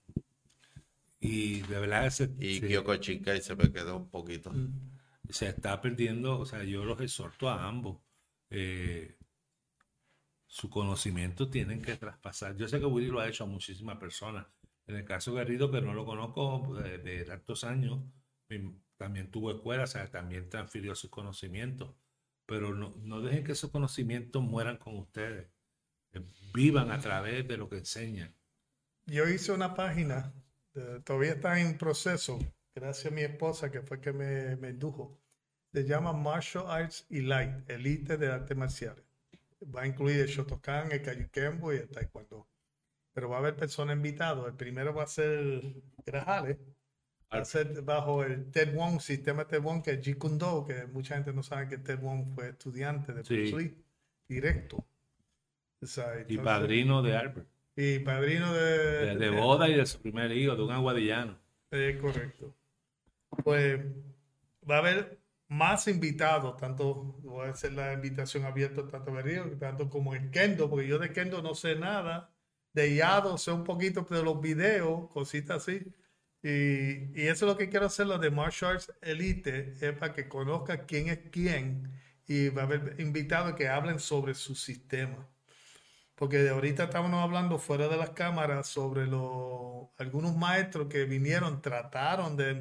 y de verdad Y Kyokushinkai se me quedó un poquito. se está perdiendo, o sea, yo los exhorto a ambos. eh, Su conocimiento tienen que traspasar. Yo sé que Willy lo ha hecho a muchísimas personas. En el caso de Garrido, que no lo conozco de tantos años, también tuvo escuela, o sea, también transfirió sus conocimientos. Pero no dejen que esos conocimientos mueran con ustedes. Eh, Vivan a través de lo que enseñan. Yo hice una página, todavía está en proceso, gracias a mi esposa que fue que me indujo. Se llama Martial Arts Elite, Elite de Artes Marciales. Va a incluir el Shotokan, el Kayukembo y el Taekwondo. Pero va a haber personas invitadas. El primero va a ser Grajales. Va a ser bajo el Ted Wong, sistema Ted Wong, que es Jeet Kune Do, que mucha gente no sabe que Ted Wong fue estudiante de Bruce Sí. Lee, directo. O sea, Y entonces- padrino de Albert. y padrino De boda y de su primer hijo, de un aguadillano. correcto. Pues va a haber más invitados, tanto voy a hacer la invitación abierta tanto a Berrío, tanto como en Kendo, porque yo de Kendo no sé nada, de Yado sé un poquito de los videos, cositas así. Y eso es lo que quiero hacer, lo de Martial Arts Elite, es para que conozca quién es quién y va a haber invitados que hablen sobre su sistema. Porque de ahorita estábamos hablando fuera de las cámaras sobre algunos maestros que vinieron, trataron de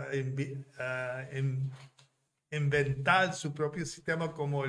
inventar su propio sistema como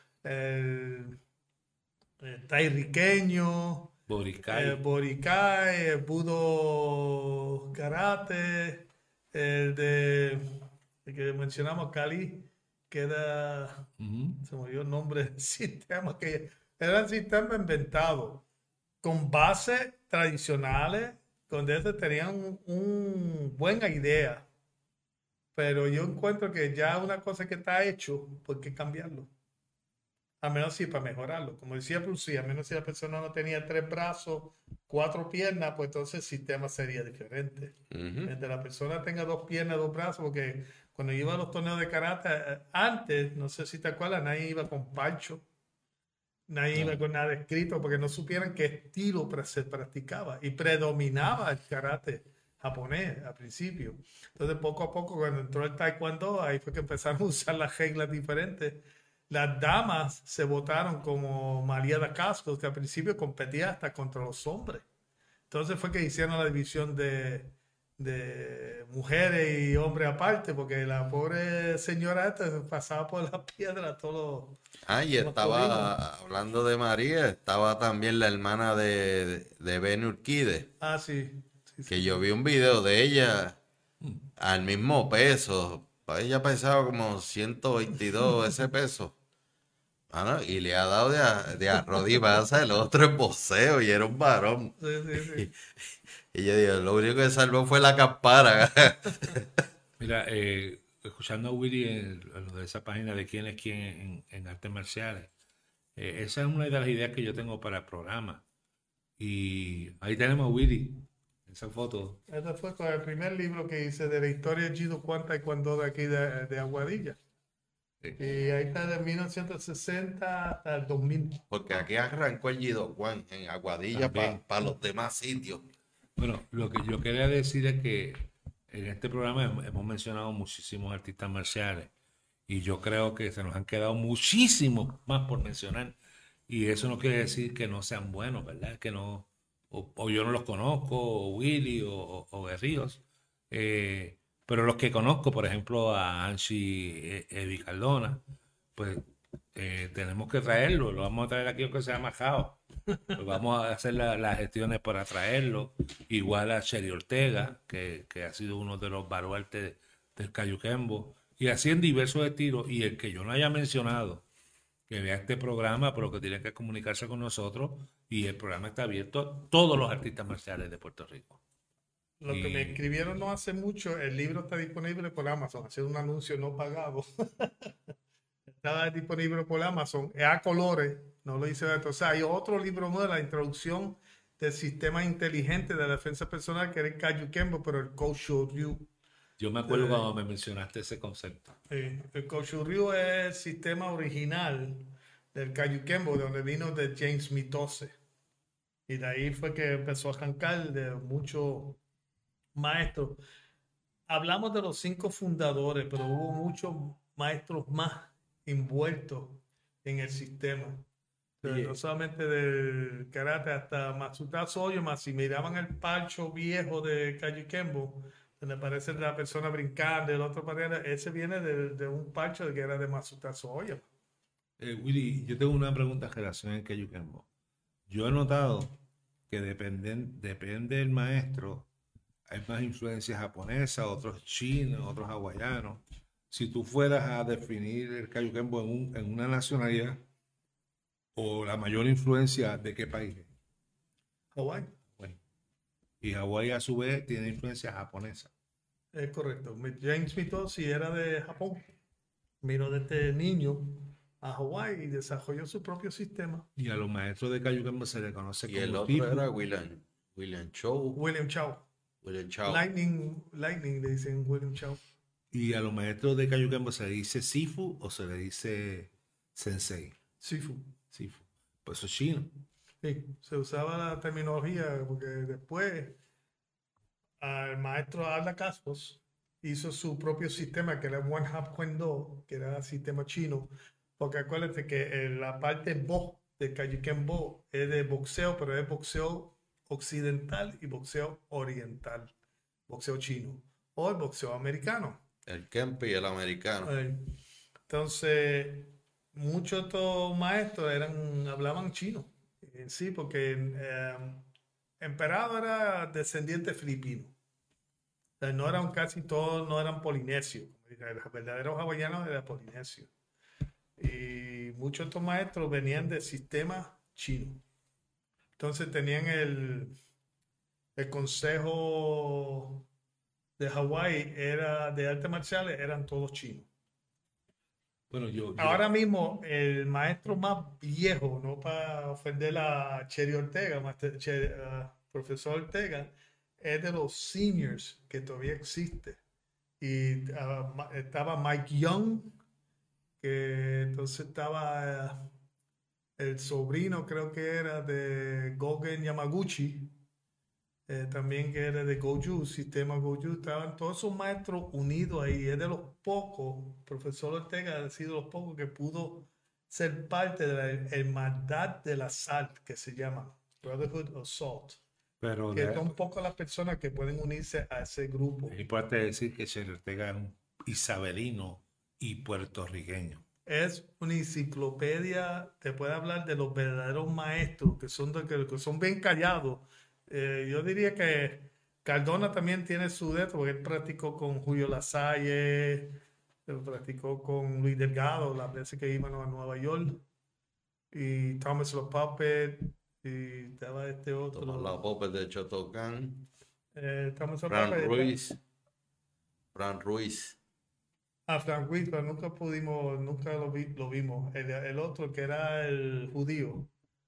el tairiqueño, Boricay. Boricay, el Budo Karate, el que mencionamos, Cali, que era, se me olvidó el nombre del sistema, que era un sistema inventado con bases tradicionales, donde ellos tenían un buena idea, pero yo encuentro que ya una cosa que está hecho, ¿por qué cambiarlo? A menos sí para mejorarlo. Como decía Bruce, a menos si la persona no tenía 3 brazos, 4 piernas, pues entonces el sistema sería diferente. Ujú. Mientras la persona tenga 2 piernas, 2 brazos, porque cuando iba a los torneos de karate, antes, no sé si te acuerdas, nadie iba con pancho, nadie iba No. con nada escrito, porque no supieran qué estilo se practicaba. Y predominaba el karate japonés al principio. Entonces, poco a poco, cuando entró el taekwondo, ahí fue que empezaron a usar las reglas diferentes. Las damas se votaron como María da Cascos, que al principio competía hasta contra los hombres. Entonces fue que hicieron la división de mujeres y hombres aparte, porque la pobre señora esta pasaba por las piedras Ah, y todos los colinos. estaba, hablando de María, estaba también la hermana de Ben Urquide, Ah, sí, sí, que sí. yo vi un video de ella al mismo peso. Ella pesaba como 122 ese peso. Ah, no, y le ha dado de a Rodi el otro en boxeo y era un varón. Sí, sí, sí. Y yo digo, lo único que salvó fue la campara. Mira, escuchando a Willy en lo de esa página de quién es quién en artes marciales, esa es una de las ideas que yo tengo para el programa. Y ahí tenemos a Willy, esa foto. Este fue con el primer libro que hice de la historia de Jido Kwan Taekwondo de aquí de Aguadilla. Y ahí está de 1960 hasta el 2000. Porque aquí arrancó el Jido Juan en Aguadilla También. para los demás sitios. Bueno, lo que yo quería decir es que en este programa hemos mencionado muchísimos artistas marciales y yo creo que se nos han quedado muchísimos más por mencionar y eso no quiere decir que no sean buenos, ¿verdad? Que no, o yo no los conozco, o Willy o Berríos, pero los que conozco, por ejemplo, a Anchi Evi Cardona, pues tenemos que traerlo, lo vamos a traer aquí aunque sea majado. Pues vamos a hacer las gestiones para traerlo. Igual a Sherry Ortega, que ha sido uno de los baluartes del Cayuquembo. Y así en diversos estilos. Y el que yo no haya mencionado, que vea este programa, pero que tiene que comunicarse con nosotros. Y el programa está abierto a todos los artistas marciales de Puerto Rico. Lo que me Y escribieron no hace mucho, el libro está disponible por Amazon, hacer un anuncio no pagado. Está disponible por Amazon, es a colores, no lo hice de esto. O sea, hay otro libro nuevo, la introducción del sistema inteligente de la defensa personal, que era el Kajukenbo, pero el Koushou-ryu. yo me acuerdo cuando me mencionaste ese concepto. El Koushou-ryu es el sistema original del Kajukenbo, de donde vino de James Mitose. Y de ahí fue que empezó a arrancar de muchos maestros. Hablamos de los 5 fundadores, pero hubo muchos maestros más envueltos en el sistema. No solamente del karate, hasta Matsutazo Oyama, si miraban el parcho viejo de Kaji Kembo, donde aparece la persona brincando, el otro pateando, ese viene de un parcho que era de Matsutazo Oyama. Willy, yo tengo una pregunta en relación al Cayuquembo. Yo he notado que depende del maestro, hay más influencia japonesa, otros chinos, otros hawaianos. Si tú fueras a definir el Cayuquembo en una nacionalidad o la mayor influencia de qué país es. Hawái, Bueno, y Hawái a su vez tiene influencia japonesa. es correcto. James Mitose era de Japón. Vino desde niño a Hawái y desarrolló su propio sistema. Y a los maestros de Cayuquembo se le conoce Y el como otro Tifu. era William Chow. William Chow. William Chow. Lightning le dicen William Chow. Y a los maestros de Cayuquembo se le dice Sifu o se le dice Sensei. Sifu. Sifu. Pues eso es chino. Sí, se usaba la terminología porque después el maestro Alda Caspos hizo su propio sistema que era One Hap Kendo, que era el sistema chino, porque acuérdate que la parte Bo de Kajuken Bo es de boxeo, pero es boxeo occidental y boxeo oriental, boxeo chino o el boxeo americano. El Kempe y el americano. Entonces, muchos de estos maestros hablaban chino. Sí, porque Emperado era descendiente filipino. sea, no eran casi todos, no eran polinesios. Los verdaderos hawaianos eran polinesios. Y muchos de estos maestros venían del sistema chino. Entonces tenían el consejo de Hawái, era de artes marciales, eran todos chinos. Bueno, Ahora mismo, el maestro más viejo, no para ofender a Cheri Ortega, profesor Ortega, es de los seniors que todavía existe. Y estaba Mike Young, que entonces estaba el sobrino, creo que era de Gogen Yamaguchi, también que era de Goju, sistema Goju, estaban todos esos maestros unidos ahí. Es de los pocos, profesor Ortega ha sido de los pocos que pudo ser parte de la hermandad de la sal, que se llama Brotherhood of Salt, pero que son pocas las personas que pueden unirse a ese grupo. es importante decir que Cheri Ortega es un isabelino y puertorriqueño. Es una enciclopedia, te puede hablar de los verdaderos maestros, que son bien callados. Yo diría que Cardona también tiene su de esto, porque él practicó con Julio Lasalle, practicó con Luis Delgado las veces que íbamos a Nueva York, y Thomas Los Puppet, y estaba este otro. Tomás La Pope de Chotocán. Thomas Los Fran Puppet, Ruiz. Fran Ruiz. Frank Ruiz, pero nunca lo vimos. El otro que era el judío,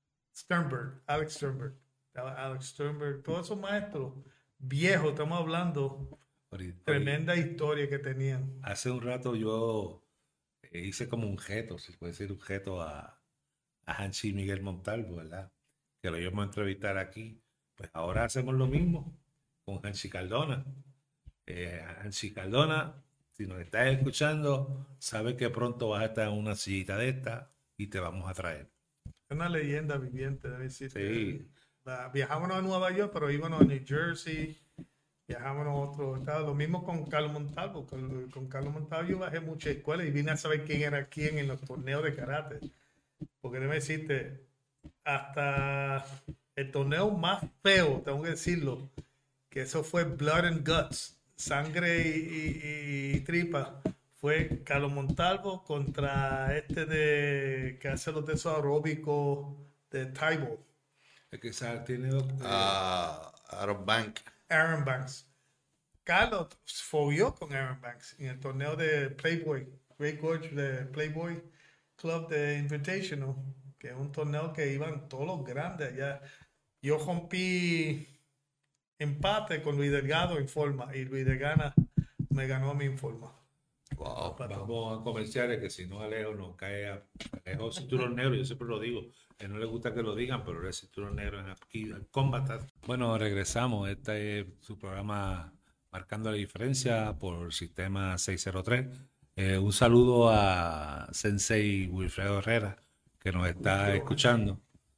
Alex Sternberg. Alex Sternberg, todos esos maestros viejos, estamos hablando, tremenda historia que tenían. Hace un rato yo hice como un gesto, si puede decir un gesto a Hanshi Miguel Montalvo, ¿verdad? Que lo íbamos a entrevistar aquí. Pues ahora hacemos lo mismo con Hanshi Cardona. Hanshi Cardona, si nos estás escuchando, sabes que pronto vas a estar en una sillita de esta y te vamos a traer. Es una leyenda viviente, debe decir. Sí. Viajábamos a Nueva York, pero íbamos a New Jersey, viajábamos a otros estados. Lo mismo con Carlos Montalvo. Con Carlos Montalvo yo bajé muchas escuelas y vine a saber quién era quién en los torneos de karate. Porque debe decirte, hasta el torneo más feo, tengo que decirlo, que eso fue Blood and Guts, sangre y tripa, fue Carlos Montalvo contra que hace los de esos aeróbicos de Taibo. Es que tiene dos. Aaron Banks. Carlos fogueó con Aaron Banks en el torneo de Playboy, Great Gorge de Playboy Club de Invitational, que es un torneo que iban todos los grandes allá. Yo rompí empate con Luis Delgado en forma y Luis Delgado me ganó a mí en forma. Wow. Vamos a comerciales, que si no Alejo nos cae a Alejo cinturón negro. Yo siempre lo digo, que no le gusta que lo digan, pero el cinturón negro en aquí el Combat. Bueno, regresamos. Este es su programa Marcando la Diferencia por Sistema 603. Un saludo a Sensei Wilfredo Herrera, que nos está escuchando.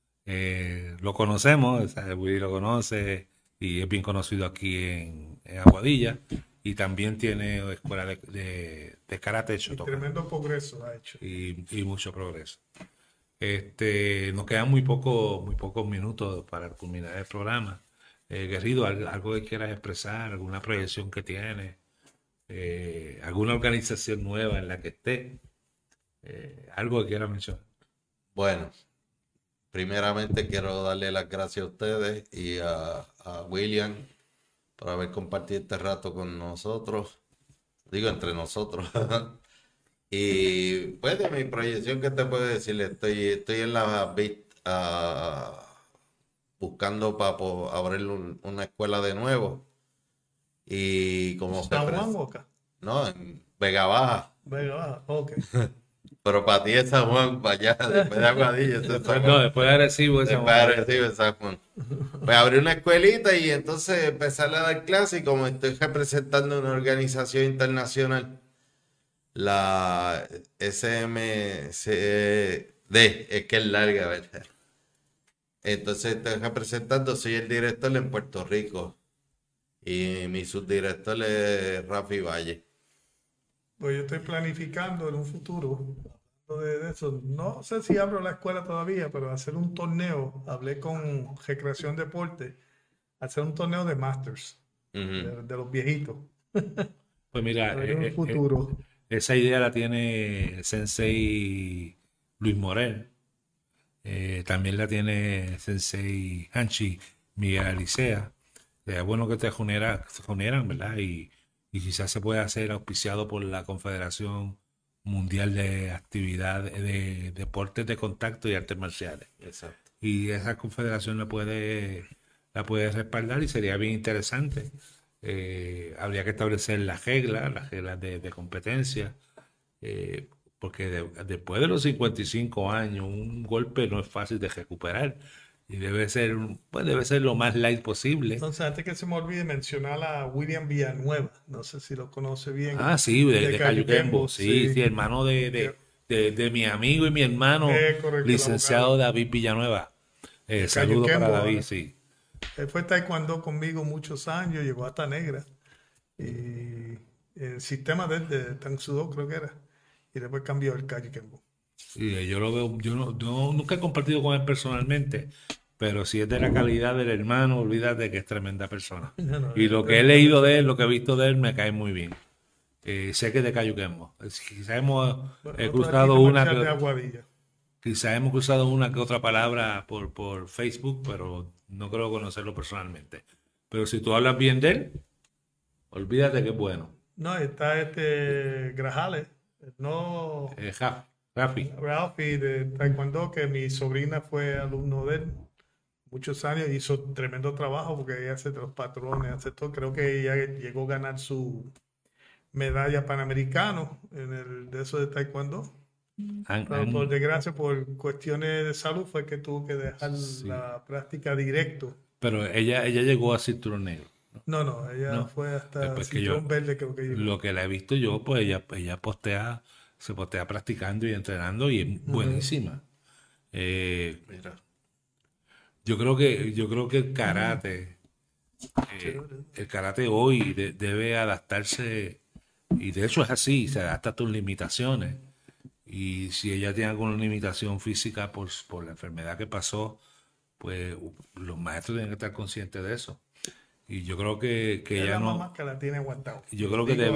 Lo conocemos, Willy lo conoce y es bien conocido aquí en Aguadilla. Y también tiene escuela de karate Shotokan. Tremendo progreso ha hecho. Y mucho progreso. Nos quedan muy pocos minutos para culminar el programa. Guerrido, algo que quieras expresar, alguna proyección que tienes, alguna organización nueva en la que estés, algo que quieras mencionar. Bueno, primeramente quiero darle las gracias a ustedes y a William por haber compartido este rato con nosotros, digo entre nosotros. Y pues de mi proyección, ¿qué te puedo decir? Estoy en la buscando para abrir una escuela de nuevo. Y como ¿San Juan o acá? No, en Vega Baja. Vega Baja, ok. Pero para ti es San Juan, para allá, después de Aguadilla. No, después de Arecibo es San Juan. Después de Arecibo es San Juan. Pues abrí una escuelita y entonces empezar a dar clases, y como estoy representando una organización internacional, la SMCD, es que es larga, ¿verdad? Entonces estoy representando, soy el director en Puerto Rico y mi subdirector es Rafi Valle. Pues yo estoy planificando en un futuro, hablando de eso, no sé si abro la escuela todavía, pero hacer un torneo, hablé con Recreación Deporte, hacer un torneo de Masters. de los viejitos. Pues mira, En un futuro. esa idea la tiene el sensei Luis Morel. También la tiene el sensei Hanchi Miguel Alicea. Sería bueno que se unieran, ¿verdad? Y quizás se pueda hacer auspiciado por la Confederación Mundial de Actividad de Deportes de Contacto y Artes Marciales. Exacto. Y esa confederación la puede respaldar y sería bien interesante. Habría que establecer las reglas de competencia, porque después de los 55 años un golpe no es fácil de recuperar y debe ser lo más light posible. Entonces, antes que se me olvide mencionar a William Villanueva, no sé si lo conoce bien. Ah, sí, de Cayuquembo, sí, hermano de mi amigo y mi hermano, Correcto, licenciado David Villanueva. Saludos para David, sí. Él fue taekwondo conmigo muchos años, llegó hasta negra. Y el sistema de Tang Soo Do creo que era. Y después cambió el Cayuquembo. Sí, yo lo veo, yo nunca he compartido con él personalmente, pero si es de la calidad del hermano, olvídate que es tremenda persona. Y lo que he leído de él, lo que he visto de él, me cae muy bien. Sé que es de Cayuquembo. Quizás hemos cruzado una que otra palabra por Facebook, pero no creo conocerlo personalmente. Pero si tú hablas bien de él, olvídate que es bueno. No, está Grajales, no Rafi de Taekwondo, que mi sobrina fue alumno de él muchos años, hizo tremendo trabajo porque ella hace los patrones, hace todo. Creo que ella llegó a ganar su medalla panamericano de eso de Taekwondo. Pero por desgracia, por cuestiones de salud, fue que tuvo que dejar la práctica directo. Pero ella llegó a cinturón negro. No, ella fue hasta cinturón verde, creo que llegó. Lo que la he visto yo, pues ella se postea practicando y entrenando y es buenísima. Mira. Yo creo que el karate hoy debe adaptarse, y de hecho es así, se adapta a tus limitaciones. Y si ella tiene alguna limitación física por la enfermedad que pasó, pues los maestros tienen que estar conscientes de eso. Y yo creo que ella no. Mamá que la tiene aguantado. Yo creo que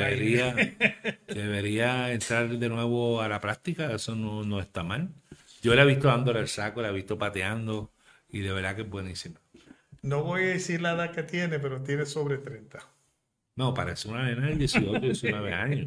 debería entrar de nuevo a la práctica, eso no está mal. Yo la he visto dándole el saco, la he visto pateando, y de verdad que es buenísima. No voy a decir la edad que tiene, pero tiene sobre 30. No, parece una nena de 18, 19 años.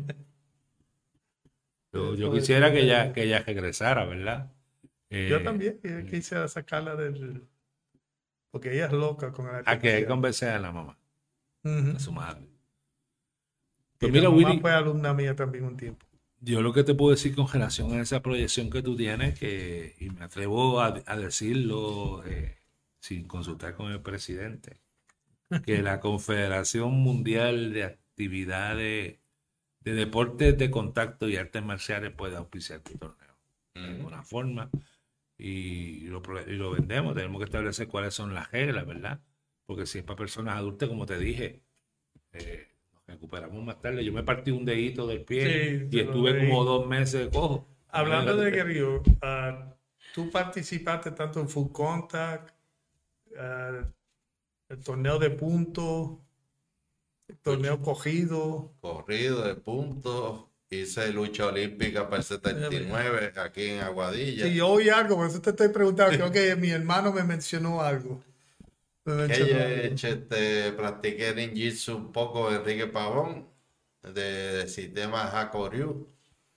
Yo quisiera que ella regresara, ¿verdad? Yo también quisiera sacarla porque ella es loca con el a que convencer a la mamá, a su madre. Pues mira, la mamá fue alumna mía también un tiempo. Yo lo que te puedo decir con relación a esa proyección que tú tienes, y me atrevo a decirlo sin consultar con el presidente, que la Confederación Mundial de Actividades de Deportes de Contacto y Artes Marciales puede auspiciar tu torneo de alguna forma, y lo vendemos. Tenemos que establecer cuáles son las reglas, ¿verdad? Porque si es para personas adultas, como te dije, nos recuperamos más tarde. Yo me partí un dedito del pie y estuve como 2 meses cojo. Hablando de guerrillo, tú participaste tanto en Full Contact, el torneo de puntos, el torneo corrido de puntos. Hice lucha olímpica para el 79 aquí en Aguadilla. Sí, yo oí algo, por eso te estoy preguntando. Creo que mi hermano me mencionó algo. Practiqué ninjitsu un poco de Enrique Pavón, de sistema Hakoryu.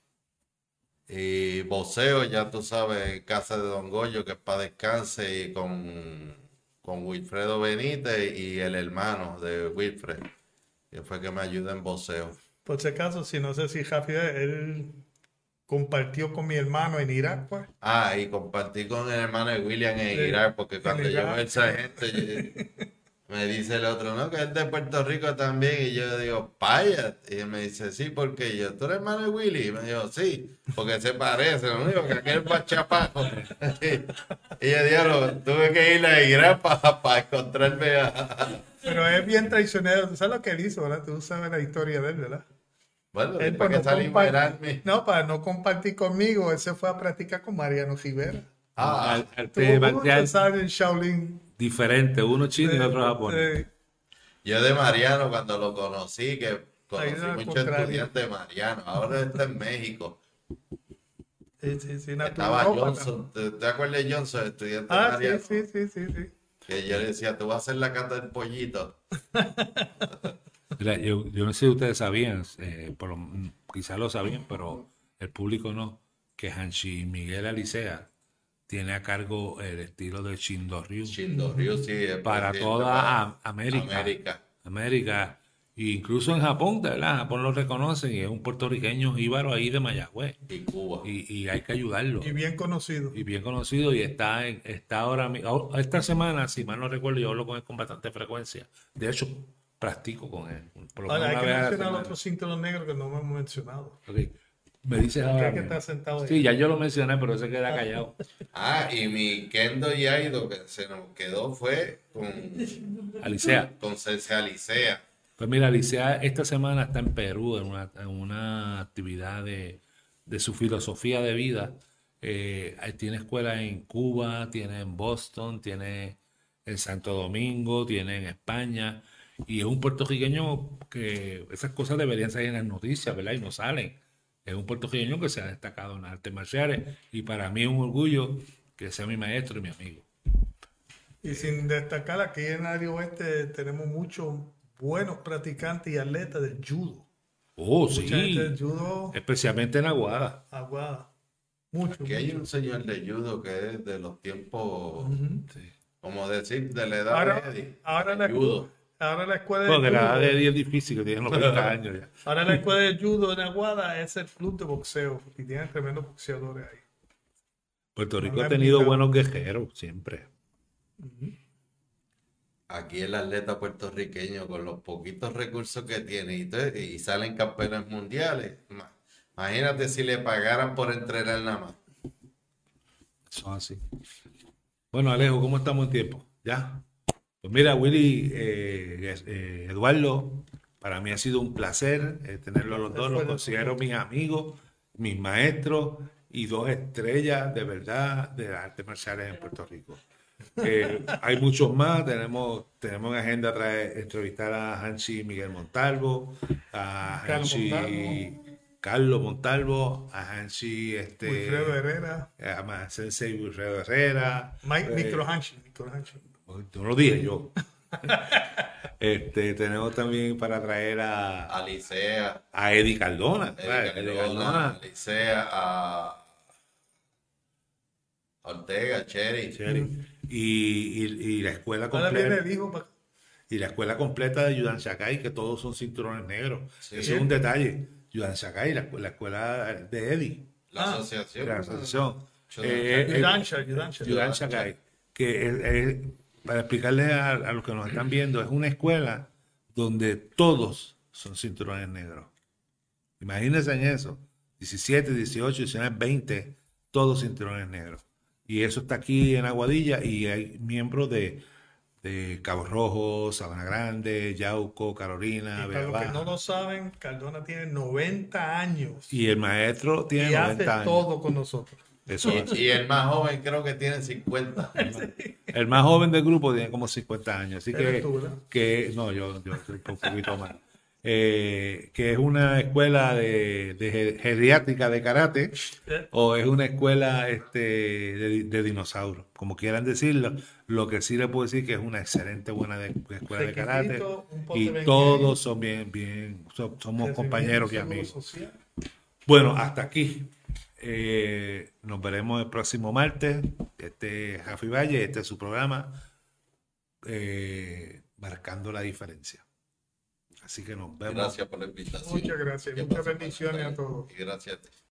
Y boxeo, ya tú sabes, en casa de Don Goyo, que es para descanse, y con Wilfredo Benítez y el hermano de Wilfred, que fue que me ayuda en boxeo. Por si acaso, si no sé si Javier, él compartió con mi hermano en Irak, pues. Y compartí con el hermano de William en Irak, porque cuando yo veo esa gente, me dice el otro, no, que es de Puerto Rico también, y yo digo, vaya, y él me dice, sí, porque yo, ¿tú eres hermano de Willy? Y me dijo, sí, porque se parece, lo único que aquel es chapaco. Y yo digo, tuve que ir a Irak para encontrarme a... Pero es bien traicionero, tú sabes lo que él hizo, ¿verdad? Tú sabes la historia de él, ¿verdad? Bueno, después que salí para no compartir conmigo, él se fue a practicar con Mariano Rivera. Arte marcial en Shaolin. Diferente, uno chino y otro japonés. Yo de Mariano, cuando lo conocí, que Ahí conocí era al muchos contrario. estudiantes de Mariano, ahora está en México. Sí, Estaba naturópata. Johnson, ¿te acuerdas de Johnson, estudiante de Ah, Mariano? sí. Que yo le decía, tú vas a hacer la cata del pollito. Mira, yo no sé si ustedes sabían, quizás lo sabían, pero el público no, que Hanshi Miguel Alicea tiene a cargo el estilo de Shindo-Ryu Chindo Ryu, sí, el para presidente toda para América. América. América. E incluso en Japón, de verdad, Japón lo reconocen y es un puertorriqueño jíbaro ahí de Mayagüez. Y Cuba. Y hay que ayudarlo. Y bien conocido. Y bien conocido y está ahora esta semana, si mal no recuerdo, yo hablo con él con bastante frecuencia. De hecho, practico con él. Por lo Ahora, menos hay una que vez a la mencionar semana. otro cinturón negro que no me hemos mencionado. Ok. Me dices Que ahora hay que mismo. estar sentado ahí. Sí, ya yo lo mencioné, pero se queda callado. Ah, y mi Kendo Yaido que se nos quedó fue Alicea. con Cese Alicea. Pues mira, Alicea esta semana está en Perú en una actividad de su filosofía de vida. Tiene escuela en Cuba, tiene en Boston, tiene en Santo Domingo, tiene en España. Y es un puertorriqueño que esas cosas deberían salir en las noticias, ¿verdad? Y no salen. Es un puertorriqueño que se ha destacado en las artes marciales y para mí es un orgullo que sea mi maestro y mi amigo. Y sin destacar, aquí en el área oeste tenemos muchos buenos practicantes y atletas del judo. Oh, Mucha gente del sí. judo, Especialmente en Aguada. Aguada. Mucho. Aquí hay un señor de judo que es de los tiempos, Sí. como decir, de la edad Ahora, de Eddie. ahora, la, Judo. ahora la escuela de Porque la edad de judo, Eddie es difícil, que tienen los 30 años ya. ahora la escuela de judo en Aguada es el club de boxeo y tienen tremendos boxeadores ahí. Puerto Rico No ha la tenido invitado. buenos guerreros siempre. Aquí el atleta puertorriqueño con los poquitos recursos que tiene y salen campeones mundiales. Imagínate si le pagaran por entrenar nada más. Son así. Bueno, Alejo, ¿cómo estamos en tiempo? ¿Ya? Pues mira, Willy, Eduardo, para mí ha sido un placer tenerlos a los dos. Los considero mis amigos, mis maestros y dos estrellas de verdad de las artes marciales en Puerto Rico. Hay muchos más. Tenemos en agenda entrevistar a Hanshi Miguel Montalvo, a Carlos Montalvo, a Hanshi Wilfredo Herrera, a Sensei Wilfredo Herrera. Micro Hanshi. No lo dije yo. Tenemos también para traer Alicea, a Eddie Cardona. Eddie Eddie Cardona, Alicea, a Ortega, Cherry. Cherry. Y la escuela Ahora viene completa. el hijo para Y la escuela completa de Yudan Shakai, que todos son cinturones negros. Sí. Eso es un detalle. Yudan Shakai, la escuela de Eddie, La asociación. la asociación. Yudansha. Yudan Shakai, que para explicarles a los que nos están viendo, es una escuela donde todos son cinturones negros. Imagínense en eso. 17, 18, 19, 20, todos cinturones negros. Y eso está aquí en Aguadilla y hay miembros de Cabo Rojo, Sabana Grande, Yauco, Carolina, Y para los que Vega no Baja. lo saben, Cardona tiene 90 años Y el maestro tiene y hace 90 años. todo con nosotros. Eso es así. Y el más joven creo que tiene 50. El más joven del grupo tiene como 50 años. Así Eres tú, ¿verdad? no, yo soy un poquito más. Que es una escuela de geriátrica de karate o es una escuela de dinosaurios, como quieran decirlo. Lo que sí le puedo decir que es una excelente buena escuela de karate Requisito, un pote y de todos son somos compañeros y amigos. Bueno, hasta aquí. Nos veremos el próximo martes. Este es Rafi Valle, este es su programa Marcando la Diferencia. Así que nos vemos. Gracias por la invitación. Muchas gracias. Que Muchas pasen bendiciones buenas a todos. tardes. Y gracias.